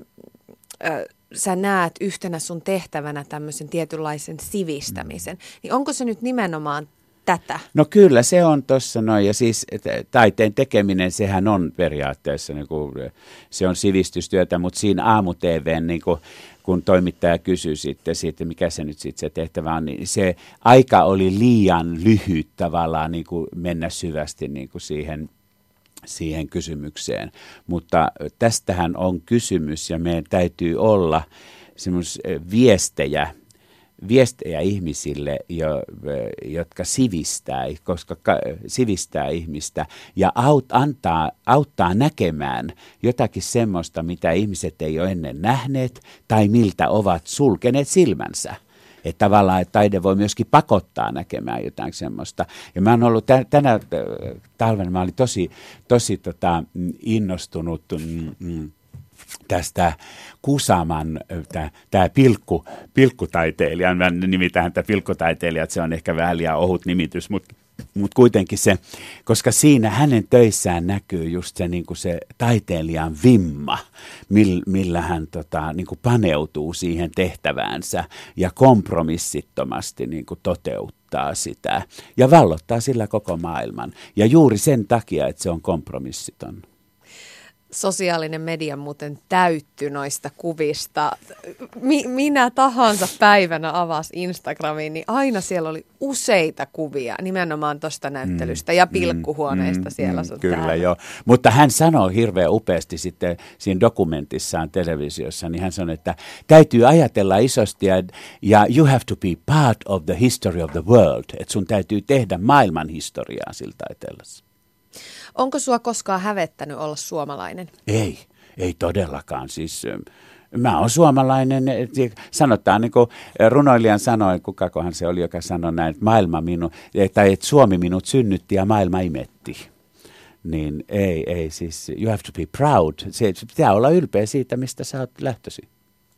ö, sä näet yhtenä sun tehtävänä tämmöisen tietynlaisen sivistämisen. Niin onko se nyt nimenomaan tätä? No kyllä, se on tuossa noin, ja siis taiteen tekeminen, sehän on periaatteessa, niin kuin, se on sivistystyötä, mutta siinä aamu-T V:n, niin kuin, kun toimittaja kysyi sitten siitä, mikä se nyt sitten se tehtävä on, niin se aika oli liian lyhyt tavallaan niin kuin mennä syvästi niin kuin siihen, siihen kysymykseen, mutta tästähän on kysymys, ja meidän täytyy olla semmoisia viestejä, viestejä ihmisille, jo, jotka sivistää, koska ka, sivistää ihmistä ja aut, antaa, auttaa näkemään jotakin semmoista, mitä ihmiset ei ole ennen nähneet tai miltä ovat sulkeneet silmänsä. Että tavallaan että taide voi myöskin pakottaa näkemään jotain semmoista. Ja mä oon ollut tä, tänä talvena, mä olin tosi, tosi tota, innostunut mm, mm, tästä Kusaman, tämä pilkku, pilkkutaiteilija, mä nimitän häntä pilkkutaiteilija, että se on ehkä vähän liian ohut nimitys, mutta mut kuitenkin se, koska siinä hänen töissään näkyy just se, niin kuin se taiteilijan vimma, millä, millä hän tota, niin kuin paneutuu siihen tehtäväänsä ja kompromissittomasti niin kuin toteuttaa sitä ja vallottaa sillä koko maailman. Ja juuri sen takia, että se on kompromissiton. Sosiaalinen media muuten täytty noista kuvista. Mi- minä tahansa päivänä avasi Instagramiin, niin aina siellä oli useita kuvia nimenomaan tuosta näyttelystä mm, ja pilkkuhuoneista mm, siellä mm, sun Kyllä täällä. joo, mutta hän sanoo hirveän upeasti sitten siinä dokumentissaan televisiossa, niin hän sanoi, että täytyy ajatella isosti ja, ja you have to be part of the history of the world, että sun täytyy tehdä maailman historiaa siltä ajatellessa. Onko sua koskaan hävettänyt olla suomalainen? Ei, ei todellakaan. Siis mä oon suomalainen, sanotaan niin kuin runoilijan sanoi, kukakohan se oli, joka sanoi näin, että maailma minu, tai että Suomi minut synnytti ja maailma imetti. Niin ei, ei, siis you have to be proud. Se pitää olla ylpeä siitä, mistä sä oot lähtösi.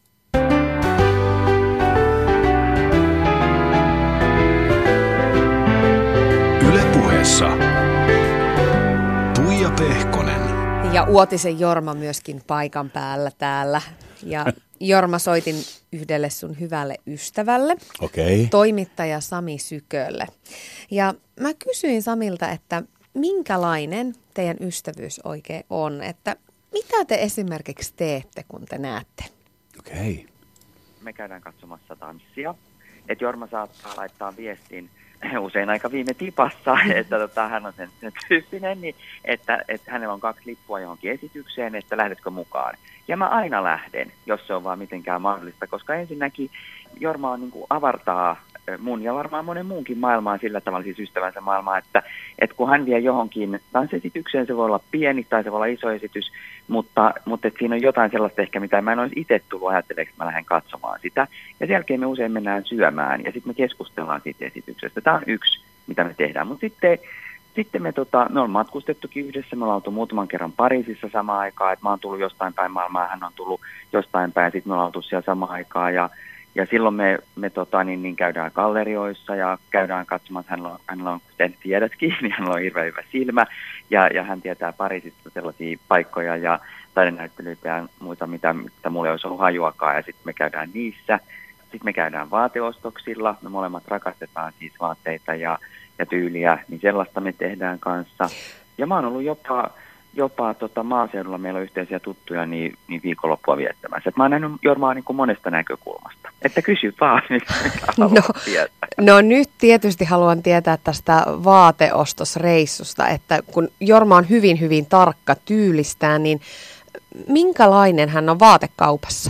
Yle Puheessa Tuija Pehkonen. Ja Uotisen Jorma myöskin paikan päällä täällä. Ja Jorma, soitin yhdelle sun hyvälle ystävälle, Okay. toimittaja Sami Sykölle. Ja mä kysyin Samilta, että minkälainen teidän ystävyys oikein on? Että mitä te esimerkiksi teette, kun te näette? Okei. Okay. Me käydään katsomassa tanssia. Että Jorma saattaa laittaa viestin usein aika viime tipassa, että tota, hän on sen, sen tyyppinen, niin että, että hänellä on kaksi lippua johonkin esitykseen, että lähdetkö mukaan. Ja mä aina lähden, jos se on vaan mitenkään mahdollista, koska ensinnäkin Jorma on, niin kuin avartaa mun ja varmaan monen muunkin maailmaan sillä tavalla, siis ystävänsä maailmaa, että, että kun hän vie johonkin tanssiesitykseen, se voi olla pieni tai se voi olla iso esitys, mutta, mutta että siinä on jotain sellaista ehkä, mitä mä en olisi itse tullut ajattelemaan, että mä lähden katsomaan sitä. Ja sen jälkeen me usein mennään syömään ja sitten me keskustellaan siitä esityksestä. Tämä on yksi, mitä me tehdään, mutta sitten Sitten me, tota, me ollaan matkustettukin yhdessä, me ollaan oltu muutaman kerran Pariisissa samaan aikaan, että mä oon tullut jostain päin maailmaa, hän on tullut jostain päin, sitten me ollaan oltu siellä samaan aikaan, ja, ja silloin me, me tota, niin, niin käydään gallerioissa ja käydään katsomaan, että hänellä on, hänellä on kuten tiedätkin, niin hänellä on hirveän hyvä silmä, ja, ja hän tietää Pariisista sellaisia paikkoja ja taidenäyttelyitä ja muita, mitä, mitä mulle olisi ollut hajuakaan, ja sitten me käydään niissä. Sitten me käydään vaateostoksilla, me molemmat rakastetaan siis vaatteita ja ja tyyliä, niin sellaista me tehdään kanssa. Ja mä oon ollut jopa, jopa tota maaseudulla, meillä on yhteisiä tuttuja, niin, niin viikonloppua viettämässä. Et mä oon nähnyt Jormaa niin kuin monesta näkökulmasta. Että kysy vaan, mitä no, no nyt tietysti haluan tietää tästä vaateostosreissusta, että kun Jorma on hyvin, hyvin tarkka tyylistään, niin minkälainen hän on vaatekaupassa?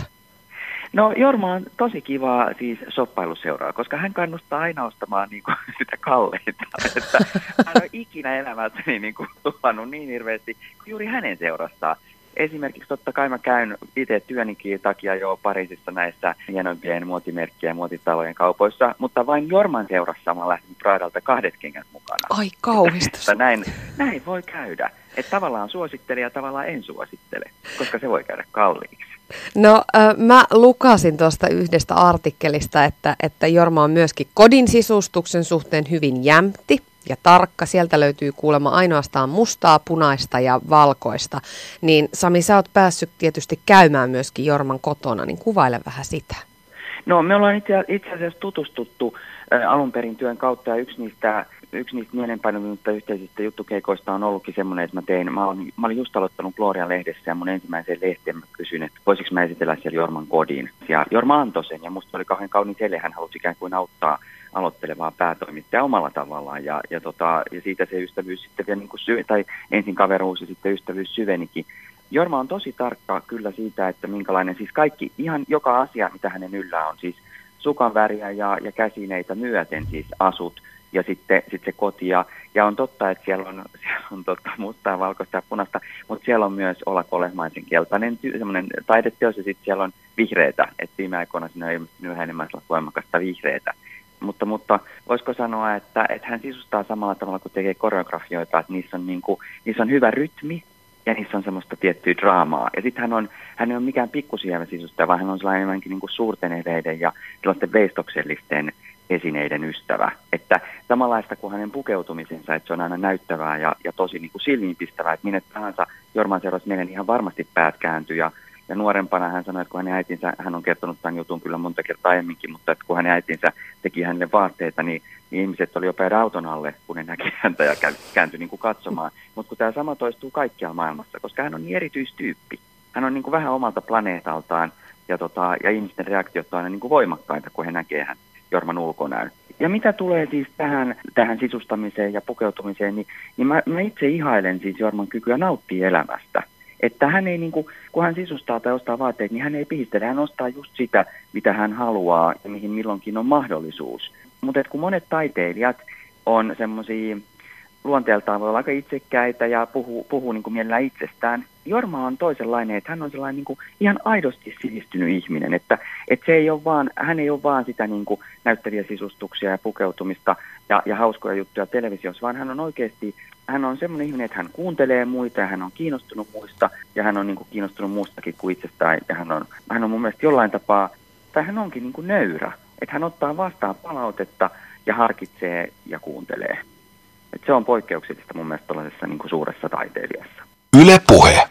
No Jorma on tosi kiva siis shoppailuseuraa, koska hän kannustaa aina ostamaan niin kuin, sitä kalleinta. Että hän on ikinä elämässäni niin kuin, tuhannut niin hirveästi kuin juuri hänen seurassaan. Esimerkiksi totta kai mä käyn itse työnikin takia jo Pariisissa näissä hienoimpien muotimerkkien ja muotitalojen kaupoissa, mutta vain Jorman seurassa mä lähdin Pradalta kahdet kengät mukana. Ai kauhistus. Näin, näin voi käydä. Että tavallaan suosittele ja tavallaan en suosittele, koska se voi käydä kalliiksi. No äh, mä lukasin tuosta yhdestä artikkelista, että, että Jorma on myöskin kodin sisustuksen suhteen hyvin jämpti ja tarkka. Sieltä löytyy kuulemma ainoastaan mustaa, punaista ja valkoista. Niin Sami, sä oot päässyt tietysti käymään myöskin Jorman kotona, niin kuvaile vähän sitä. No me ollaan itse, itse asiassa tutustuttu ä, alun perin työn kautta ja yksi niistä, yksi niistä mielenpainovimmista yhteisistä juttukeikoista on ollutkin semmoinen, että mä tein, mä, olin, mä olin just aloittanut Gloria-lehdessä ja mun ensimmäiseen lehteen mä kysyin, että voisiko mä esitellä siellä Jorman kodin. Ja Jorma antoi sen ja musta oli kauhean kauniin hele, hän halusi ikään kuin auttaa aloittelevaa päätoimittajaa omalla tavallaan ja, ja, tota, ja siitä se ystävyys sitten vielä niin kuin syve, tai ensin kaveruus ja sitten ystävyys syvenikin. Jorma on tosi tarkka kyllä siitä, että minkälainen, siis kaikki, ihan joka asia, mitä hänen yllä on, siis sukan väriä ja, ja käsineitä myöten siis asut ja sitten sit se koti. Ja, ja on totta, että siellä on, siellä on totta, mustaa, valkoista ja punaista, mutta siellä on myös Ola-Kolehmaisen keltainen semmoinen taideteos ja sitten siellä on vihreätä, että viime aikoina siinä on ilmestynyt yhä enemmän voimakasta vihreätä. Mutta, mutta voisiko sanoa, että, että hän sisustaa samalla tavalla kuin tekee koreografioita, että niissä on, niin kuin, niissä on hyvä rytmi ja niissä on semmoista tiettyä draamaa. Ja sitten hän on, hän ei ole mikään pikkusievä sisustaja, vaan hän on sellainen enemmänkin niin kuin suurten eveiden ja sellaisten veistoksellisten esineiden ystävä. Että samanlaista kuin hänen pukeutumisensa, että se on aina näyttävää ja, ja tosi niin kuin silmiinpistävää, että minne tahansa Jorman seurassa meidän ihan varmasti päät kääntyy. Ja, ja nuorempana hän sanoi, että kun hänen äitinsä, hän on kertonut tämän jutun kyllä monta kertaa aiemminkin, mutta että kun hänen äitinsä teki hänelle vaatteita, niin, niin ihmiset oli jopa auton alle, kun ne näki häntä ja kääntyi niin kuin katsomaan. Mutta kun tämä sama toistuu kaikkialla maailmassa, koska hän on niin erityistyyppi. Hän on niin kuin vähän omalta planeetaltaan ja, tota, ja ihmisten reaktiot on aina niin kuin voimakkaita, kun he näkee hän Jorman ulkonäön. Ja mitä tulee siis tähän, tähän sisustamiseen ja pukeutumiseen, niin, niin mä, mä itse ihailen siis Jorman kykyä nauttia elämästä. Että hän ei, niin kuin, kun hän sisustaa tai ostaa vaatteet, niin hän ei pihistele. Hän ostaa just sitä, mitä hän haluaa ja mihin milloinkin on mahdollisuus. Mutta kun monet taiteilijat on semmoisia, luonteeltaan voi olla aika itsekkäitä ja puhuu, puhuu niin kuin mielellään itsestään. Jorma on toisenlainen, että hän on sellainen niin kuin ihan aidosti sivistynyt ihminen. Että, että se ei ole vaan, hän ei ole vaan sitä niin kuin näyttäviä sisustuksia ja pukeutumista ja, ja hauskoja juttuja televisiossa, vaan hän on oikeasti, hän on semmoinen ihminen, että hän kuuntelee muita ja hän on kiinnostunut muista ja hän on niin kuin kiinnostunut muustakin kuin itsestään. Ja hän on, hän on mun mielestä jollain tapaa, tai hän onkin niin kuin nöyrä, että hän ottaa vastaan palautetta ja harkitsee ja kuuntelee. Et se on poikkeuksellista mun mielestä tuollaisessa niin kuin suuressa taiteilijassa. Yle Puhe.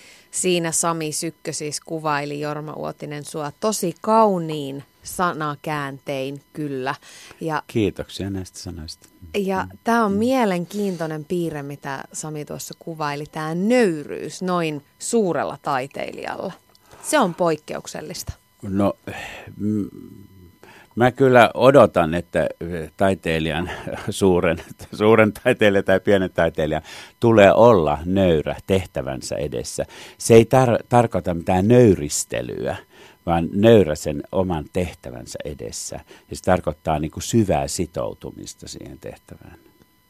Siinä Sami Sykkö siis kuvaili Jorma Uotinen sua tosi kauniin sanakääntein kyllä. Ja, Kiitoksia näistä sanoista. ja tämä on mielenkiintoinen piirre, mitä Sami tuossa kuvaili, tämä nöyryys noin suurella taiteilijalla. Se on poikkeuksellista. No, m- mä kyllä odotan, että taiteilijan, suuren, suuren taiteilijan tai pienen taiteilijan tulee olla nöyrä tehtävänsä edessä. Se ei tar- tarkoita mitään nöyristelyä, vaan nöyrä sen oman tehtävänsä edessä. Ja se tarkoittaa niin kuin syvää sitoutumista siihen tehtävään.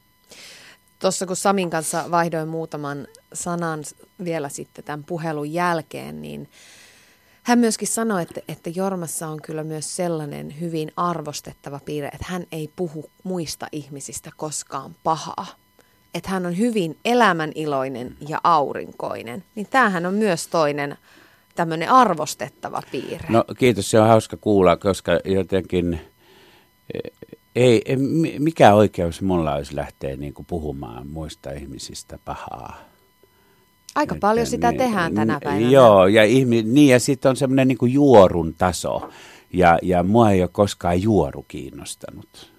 Tuossa kun Samin kanssa vaihdoin muutaman sanan vielä sitten tämän puhelun jälkeen, niin hän myöskin sanoi, että, että Jormassa on kyllä myös sellainen hyvin arvostettava piirre, että hän ei puhu muista ihmisistä koskaan pahaa. Että hän on hyvin elämäniloinen ja aurinkoinen. Niin tämähän on myös toinen tämmöinen arvostettava piirre. No kiitos, se on hauska kuulla, koska jotenkin ei, ei mikä oikeus mulla olisi lähteä niin kuin puhumaan muista ihmisistä pahaa. Aika että paljon sitä niin, tehdään tänä päivänä. Joo, ja, ihmi, niin, ja sitten on semmoinen niin kuin juorun taso, ja, ja mua ei ole koskaan juoru kiinnostanut.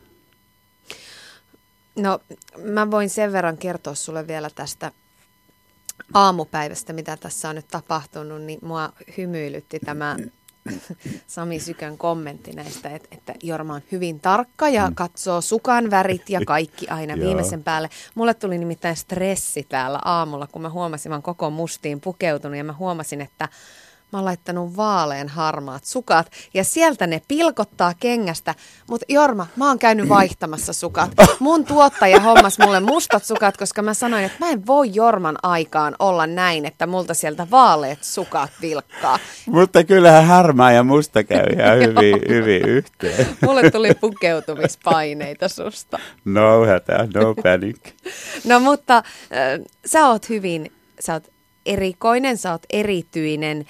No, mä voin sen verran kertoa sulle vielä tästä aamupäivästä, mitä tässä on nyt tapahtunut, niin mua hymyilytti tämä Sami Sykön kommentti näistä, että, että Jorma on hyvin tarkka ja katsoo sukan värit ja kaikki aina viimeisen päälle. Mulle tuli nimittäin stressi täällä aamulla, kun mä huomasin, mä oon koko mustiin pukeutunut ja mä huomasin, että mä oon laittanut vaalean harmaat sukat ja sieltä ne pilkottaa kengästä. Mutta Jorma, mä oon käynyt vaihtamassa sukat. Mun tuottaja hommas mulle mustat sukat, koska mä sanoin, että mä en voi Jorman aikaan olla näin, että multa sieltä vaaleat sukat vilkkaa. Mutta kyllähän harmaa ja musta käy ihan hyvin, hyvin yhteen. Mulle tuli pukeutumispaineita susta. No hätä, no panic. No mutta äh, sä oot hyvin, sä oot erikoinen, sä oot erityinen.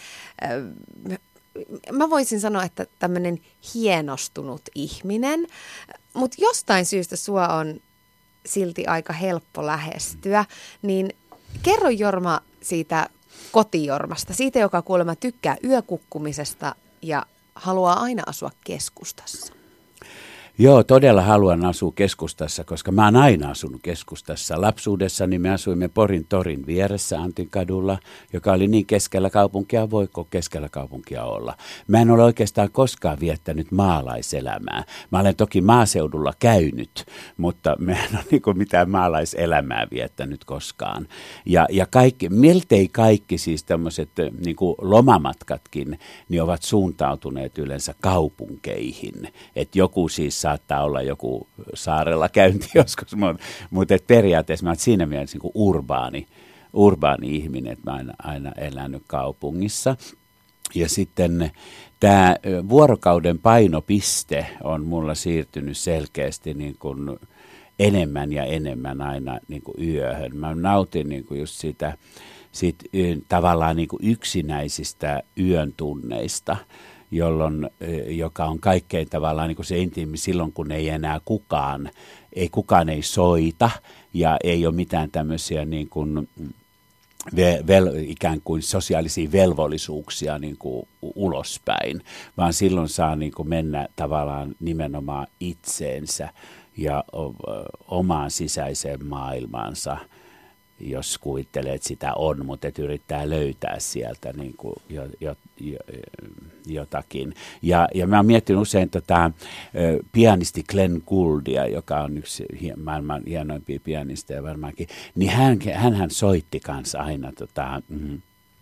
Mä voisin sanoa, että tämmöinen hienostunut ihminen, mutta jostain syystä sua on silti aika helppo lähestyä. Niin kerro Jorma siitä kotijormasta, siitä joka kuulemma tykkää yökukkumisesta ja haluaa aina asua keskustassa. Joo, todella haluan asua keskustassa, koska mä oon aina asunut keskustassa. Lapsuudessani me asuimme Porin torin vieressä Antinkadulla, joka oli niin keskellä kaupunkia, voiko keskellä kaupunkia olla. Mä en ole oikeastaan koskaan viettänyt maalaiselämää. Mä olen toki maaseudulla käynyt, mutta mä en ole niin kuin mitään maalaiselämää viettänyt koskaan. Ja, ja kaikki, miltei kaikki siis tämmöiset niin kuin lomamatkatkin, niin ovat suuntautuneet yleensä kaupunkeihin. Että joku siis saattaa olla joku saarella käynti joskus, mutta, mutta periaatteessa mä olen siinä mielessä niin kuin urbaani, urbaani ihminen, että mä oon aina elänyt kaupungissa. Ja sitten tämä vuorokauden painopiste on mulla siirtynyt selkeästi niin kuin enemmän ja enemmän aina niin kuin yöhön. Mä nautin niin kuin just siitä, siitä tavallaan niin kuin yksinäisistä yön tunneista, jolloin, joka on kaikkein tavallaan niin kuin se intiimi silloin, kun ei enää kukaan, ei kukaan ei soita ja ei ole mitään tämmöisiä niin kuin vel, ikään kuin sosiaalisia velvollisuuksia niin kuin ulospäin, vaan silloin saa niin kuin mennä tavallaan nimenomaan itseensä ja o, omaan sisäiseen maailmaansa, jos kuvittelee, että sitä on, mutta et yrittää löytää sieltä niin kuin jo, jo, jo, jotakin. Ja, ja mä oon miettinyt usein tota, pianisti Glenn Gouldia, joka on yksi maailman hienoimpia pianisteja varmaankin, niin hän, hänhän soitti kanssa aina tota, mm,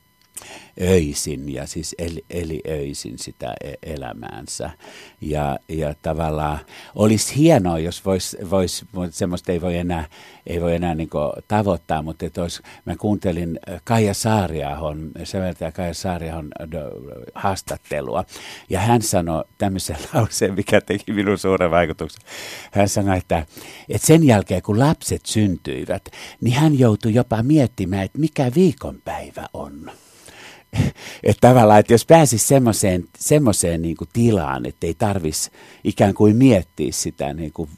öisin ja siis eli, eli öisin sitä elämäänsä. Ja, ja tavallaan olisi hienoa, jos voisi, vois, semmoista ei voi enää, ei voi enää niin kuin tavoittaa, mutta että olisi, mä kuuntelin Kaija Saariahon, säveltäjä Kaija Saariahon haastattelua, ja hän sanoi tämmöisen lauseen, mikä teki minun suuren vaikutuksen. Hän sanoi, että, että sen jälkeen kun lapset syntyivät, niin hän joutui jopa miettimään, että mikä viikonpäivä on. Että tavallaan, että jos pääsisi semmoiseen, semmoiseen niin kuin tilaan, että ei tarvitsisi ikään kuin miettiä sitä niin kuin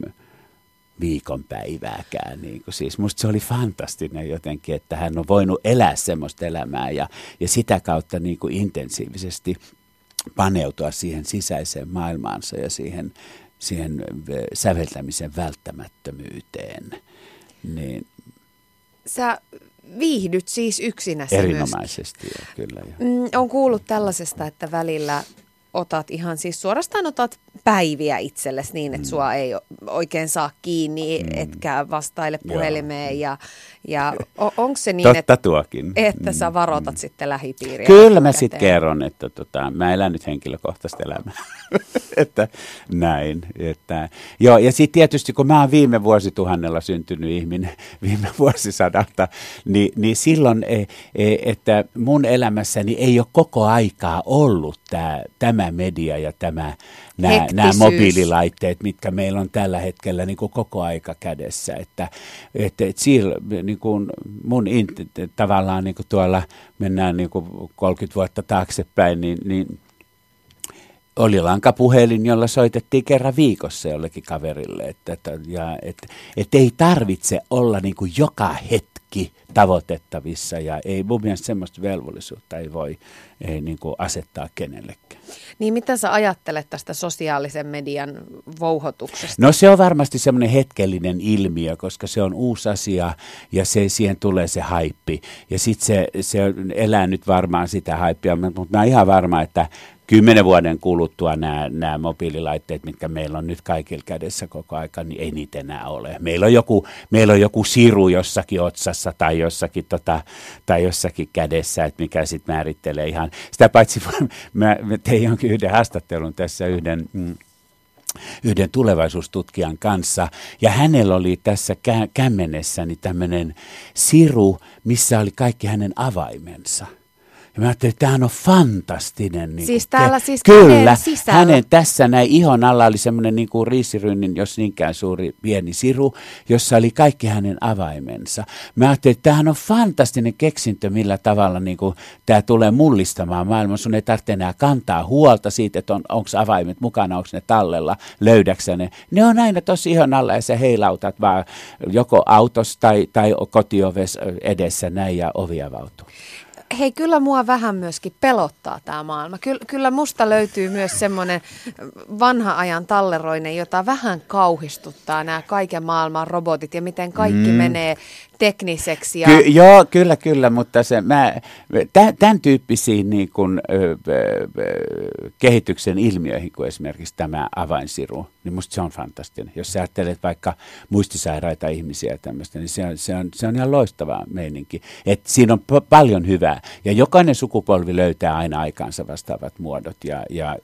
viikonpäivääkään. Niin kuin siis musta se oli fantastinen jotenkin, että hän on voinut elää semmoista elämää ja, ja sitä kautta niin kuin intensiivisesti paneutua siihen sisäiseen maailmaansa ja siihen, siihen säveltämisen välttämättömyyteen. Niin. Sä viihdyt siis yksinäsi erinomaisesti, jo, kyllä. Jo. Mm, on kuullut tällaisesta, että välillä otat ihan siis suorastaan otat päiviä itsellesi niin, että mm. sua ei oikein saa kiinni, mm. etkä vastaile puhelimeen. Ja, ja on, onko se niin, Totta että, tuokin. että sä varoitat mm. sitten lähipiiriä? Kyllä mä sitten kerron, että tota, mä elän nyt henkilökohtaista elämää. Että näin. Että, joo, ja sitten tietysti kun mä oon viime vuosituhannella syntynyt ihminen, viime vuosisadalta, niin, niin silloin, e, e, että mun elämässäni ei ole koko aikaa ollut tää, tämä media ja tämä, nämä, nämä mobiililaitteet, mitkä meillä on tällä hetkellä niin kuin koko aika kädessä. Että, että, että siellä, niin kuin mun tavallaan niin kuin tuolla mennään niin kuin kolmekymmentä vuotta taaksepäin, niin, niin oli lankapuhelin, jolla soitettiin kerran viikossa jollekin kaverille, että, että, ja, että, että ei tarvitse olla niin kuin joka hetki tavoitettavissa ja ei mun mielestä semmoista velvollisuutta ei voi ei niin kuin asettaa kenellekään. Niin mitä sä ajattelet tästä sosiaalisen median vouhotuksesta? No se on varmasti semmoinen hetkellinen ilmiö, koska se on uusi asia ja se, siihen tulee se haippi. Ja sitten se, se elää nyt varmaan sitä haippia, mutta mä oon ihan varma, että kymmenen vuoden kuluttua nämä, nämä mobiililaitteet, mitkä meillä on nyt kaikilla kädessä koko aika, niin ei niitä enää ole. Meillä on joku, meillä on joku siru jossakin otsassa tai jossakin, tota, tai jossakin kädessä, että mikä sitten määrittelee ihan. Sitä paitsi mä, mä tein jonkin yhden haastattelun tässä yhden... Mm, yhden tulevaisuustutkijan kanssa, ja hänellä oli tässä kä- kämmenessä niin tämmöinen siru, missä oli kaikki hänen avaimensa. Ja mä ajattelin, että tämähän on fantastinen. Niin siis kuin, täällä siis kyllä, sisällä. Hänen tässä näin ihon alla oli semmoinen niin kuin riisirynnin, jos niinkään suuri pieni siru, jossa oli kaikki hänen avaimensa. Mä ajattelin, että tämähän on fantastinen keksintö, millä tavalla niin kuin, tämä tulee mullistamaan maailmaa. Sun ei tarvitse enää kantaa huolta siitä, että on, onko avaimet mukana, onko ne tallella, löydäksä ne. Ne on aina tosi ihon alla ja sä heilautat vaan joko autossa tai, tai kotioves edessä näin ja ovi avautuu. Hei, kyllä mua vähän myöskin pelottaa tämä maailma. Ky- kyllä musta löytyy myös semmoinen vanha ajan talleroinen, jota vähän kauhistuttaa nämä kaiken maailman robotit ja miten kaikki mm. menee tekniseksi. Ja... Ky- joo, kyllä, kyllä, mutta se, mä, tämän, tämän tyyppisiin niin kuin, ö, ö, ö, kehityksen ilmiöihin, kuin esimerkiksi tämä avainsiru, niin musta se on fantastinen. Jos sä ajattelet vaikka muistisairaita ihmisiä ja tämmöistä, niin se on, se on, se on ihan loistava meininki. Et siinä on p- paljon hyvää, ja jokainen sukupolvi löytää aina aikaansa vastaavat muodot, ja, ja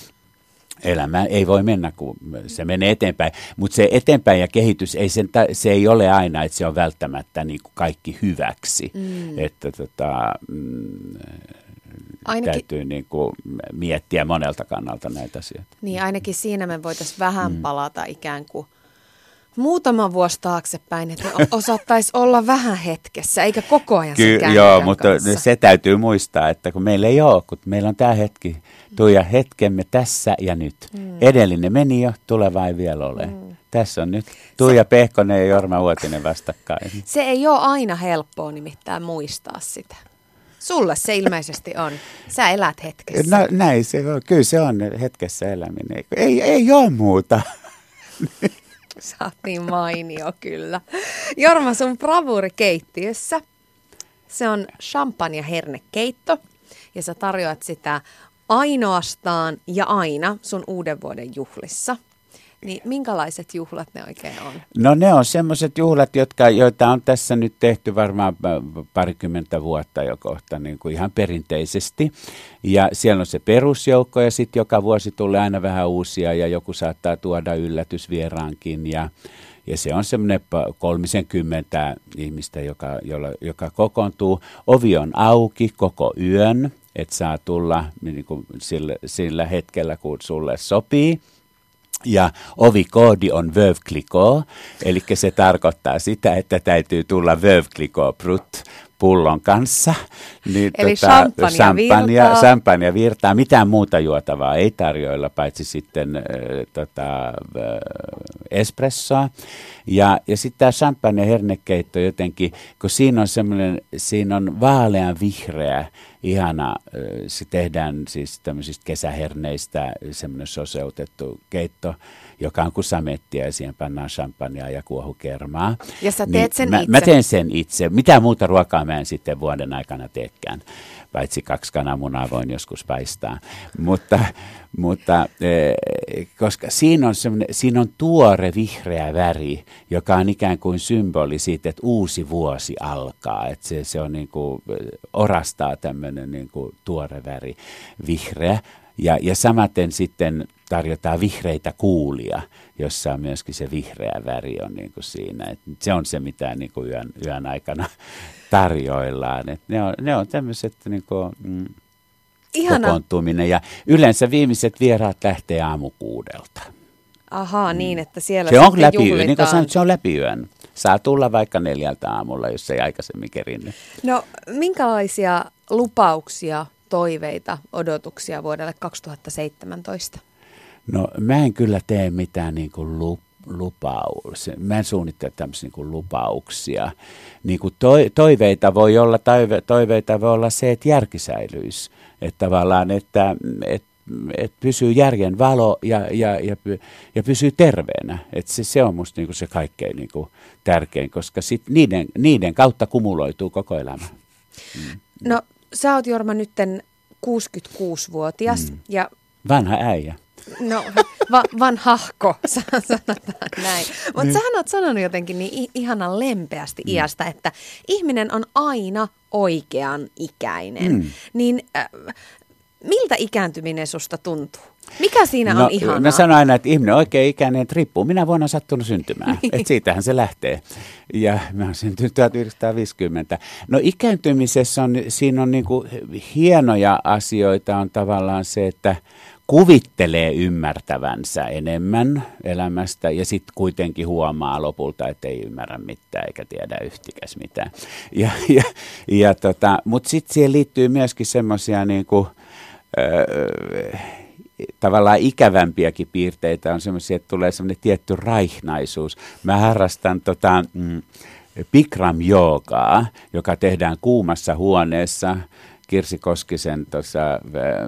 elämä ei voi mennä, kun se menee eteenpäin, mutta se eteenpäin ja kehitys, ei sen, se ei ole aina, että se on välttämättä niin kuin kaikki hyväksi, mm. että tota, mm, ainakin, täytyy niin kuin miettiä monelta kannalta näitä asioita. Niin, ainakin siinä me voitaisiin vähän mm. palata ikään kuin muutama vuosi taaksepäin, että osattaisi olla vähän hetkessä, eikä koko ajan Ky- sen Joo, mutta kanssa. Se täytyy muistaa, että kun meillä ei ole, kun meillä on tämä hetki, Tuija, hetkemme tässä ja nyt. Mm. Edellinen meni jo, tuleva ei vielä ole. Mm. Tässä on nyt Tuija se, Pehkonen ja Jorma Uotinen vastakkain. Se ei ole aina helppoa nimittäin muistaa sitä. Sulle se ilmeisesti on. Sä elät hetkessä. No näin se on. Kyllä se on hetkessä eläminen. Ei, ei ole muuta. Sä oot niin mainio kyllä. Jorma, sun bravuri keittiössä, se on champagne- ja hernekeitto. Ja sä tarjoat sitä ainoastaan ja aina sun uuden vuoden juhlissa. Niin minkälaiset juhlat ne oikein on? No ne on semmoiset juhlat, jotka, joita on tässä nyt tehty varmaan parikymmentä vuotta jo kohta niin kuin ihan perinteisesti. Ja siellä on se perusjoukko ja sitten joka vuosi tulee aina vähän uusia ja joku saattaa tuoda yllätysvieraankin. Ja, ja se on semmoinen kolmisenkymmentä ihmistä, joka, jolla, joka kokoontuu. Ovi on auki koko yön, että saa tulla niin kuin sillä, sillä hetkellä, kun sulle sopii. Ja ovikoodi on veuve clicquot, eli se tarkoittaa sitä, että täytyy tulla veuve clicquot brut pullon kanssa. Niin eli tota, champagne, champagne virtaa. Champagne virtaa. Mitään muuta juotavaa ei tarjoilla, paitsi sitten äh, tota, äh, espressoa. Ja, ja sitten tämä champagne ja hernekeitto jotenkin, kun siinä on semmoinen, siinä on vaalean vihreä, ihana, se tehdään siis tämmöisistä kesäherneistä semmoinen soseutettu keitto, joka on kuin samettia ja siihen pannaan champagnea ja kuohukermaa. Ja sä teet sen niin itse? Mä, mä teen sen itse. Mitään muuta ruokaa mä en sitten vuoden aikana teekään, paitsi kaksi kananmunaa voin joskus paistaa. Mutta, mutta eh, koska siinä on, siinä on tuore vihreä väri, joka on ikään kuin symboli siitä, että uusi vuosi alkaa. Että se, se on niin kuin, orastaa tämmöinen niin kuin tuore väri, vihreä. Ja, ja samaten sitten tarjotaan vihreitä kuulia, jossa on myöskin se vihreä väri on niin kuin siinä. Et se on se, mitä niin kuin yön, yön aikana tarjoillaan. Et ne on, ne on tämmöiset niin kuin, mm, kokoontuminen. Ja yleensä viimeiset vieraat lähtee aamukuudelta. Ahaa, mm. niin, että siellä se sitten on läpi, juhlitaan. Niin kuin sanoit, se on läpi yön. Saa tulla vaikka neljältä aamulla, jos ei aikaisemmin kerinnyt. No, minkälaisia lupauksia, toiveita, odotuksia vuodelle kaksituhattaseitsemäntoista? No mä en kyllä tee mitään niin kuin lup, lupauksia. Mä en suunnittele tämmöisiä niin kuin lupauksia. Niin kuin toi, toiveita voi olla, toive, toiveita voi olla se, että järki säilyisi. Että tavallaan, että et, et pysyy järjen valo ja, ja, ja, ja pysyy terveenä. Että se, se on musta niin kuin se kaikkein niin kuin tärkein, koska sit niiden, niiden kautta kumuloituu koko elämä. Mm. No sä oot, Jorma, nytten kuusikymmentäkuusivuotias mm. ja vanha äijä. No, va- vanhahko, sanotaan näin. Mutta niin. Sähän oot sanonut jotenkin niin ihanan lempeästi mm. iästä, että ihminen on aina oikean ikäinen. Mm. Niin äh, miltä ikääntyminen susta tuntuu? Mikä siinä no, on ihanaa? Mä sanon aina, että ihminen on oikein ikäinen, että riippuu minä vuonna sattunut syntymään. Niin. Että siitähän se lähtee. Ja mä oon syntynyt tuhatyhdeksänsataaviisikymmentä. No ikääntymisessä on, siinä on niinku hienoja asioita on tavallaan se, että kuvittelee ymmärtävänsä enemmän elämästä ja sitten kuitenkin huomaa lopulta, että ei ymmärrä mitään eikä tiedä yhtikäs mitään. Ja, ja, ja tota, mutta sitten siihen liittyy myöskin semmoisia niinku, öö, tavallaan ikävämpiäkin piirteitä on semmoisia, että tulee semmoinen tietty raihnaisuus. Mä harrastan tota, mm, Bikram-joogaa, joka tehdään kuumassa huoneessa Kirsi Koskisen tuossa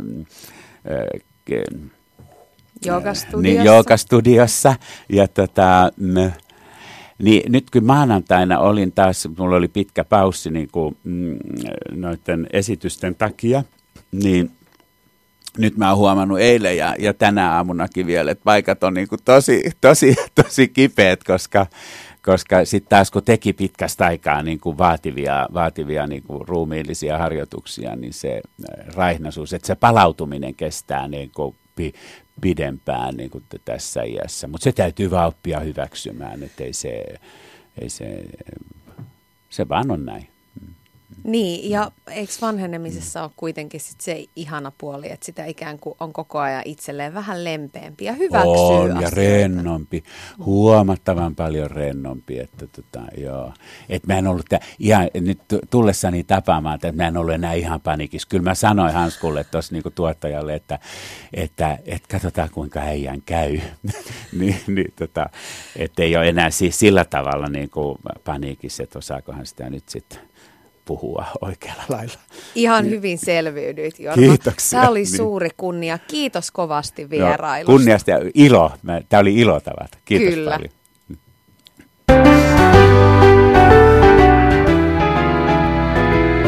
Joogastudiossa. Niin, joogastudiossa. Ja tota, mm, niin nyt kun maanantaina olin taas, mulla oli pitkä paussi niin kuin, mm, noiden esitysten takia, niin nyt mä oon huomannut eilen ja, ja tänä aamunakin vielä, että paikat on niin kuin tosi, tosi, tosi kipeät, koska, koska sitten taas kun teki pitkästä aikaa niin kuin vaativia, vaativia niin kuin ruumiillisia harjoituksia, niin se raihnaisuus, että se palautuminen kestää niin kuin pi, pidempään niin kuin tässä iässä. Mutta se täytyy vaan oppia hyväksymään, että ei se, ei se, se vaan on näin. Niin, ja eikö vanhenemisessa ole kuitenkin sit se ihana puoli, että sitä ikään kuin on koko ajan itselleen vähän lempeämpi ja hyväksyy on, asioita. ja rennompi, huomattavan paljon rennompi, että tota, joo. Et mä en ollut, tää, ihan, nyt tullessani tapaamaan, että mä en ollut enää ihan panikissa. Kyllä mä sanoin Hanskulle tuossa niinku tuottajalle, että, että et katsotaan kuinka äijän käy, niin, niin, tota, että ei ole enää siis sillä tavalla niinku paniikissa, että osaakohan sitä nyt sitten puhua oikealla lailla. Ihan niin. Hyvin selviydyit, Jorma. Kiitoksia. Tämä oli niin. suuri kunnia. Kiitos kovasti vierailusta. No, kunniasta ja ilo. Tämä oli ilo tavata. Kiitos Kyllä. paljon.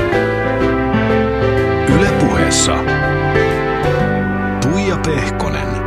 Yle Puheessa Tuija Pehkonen.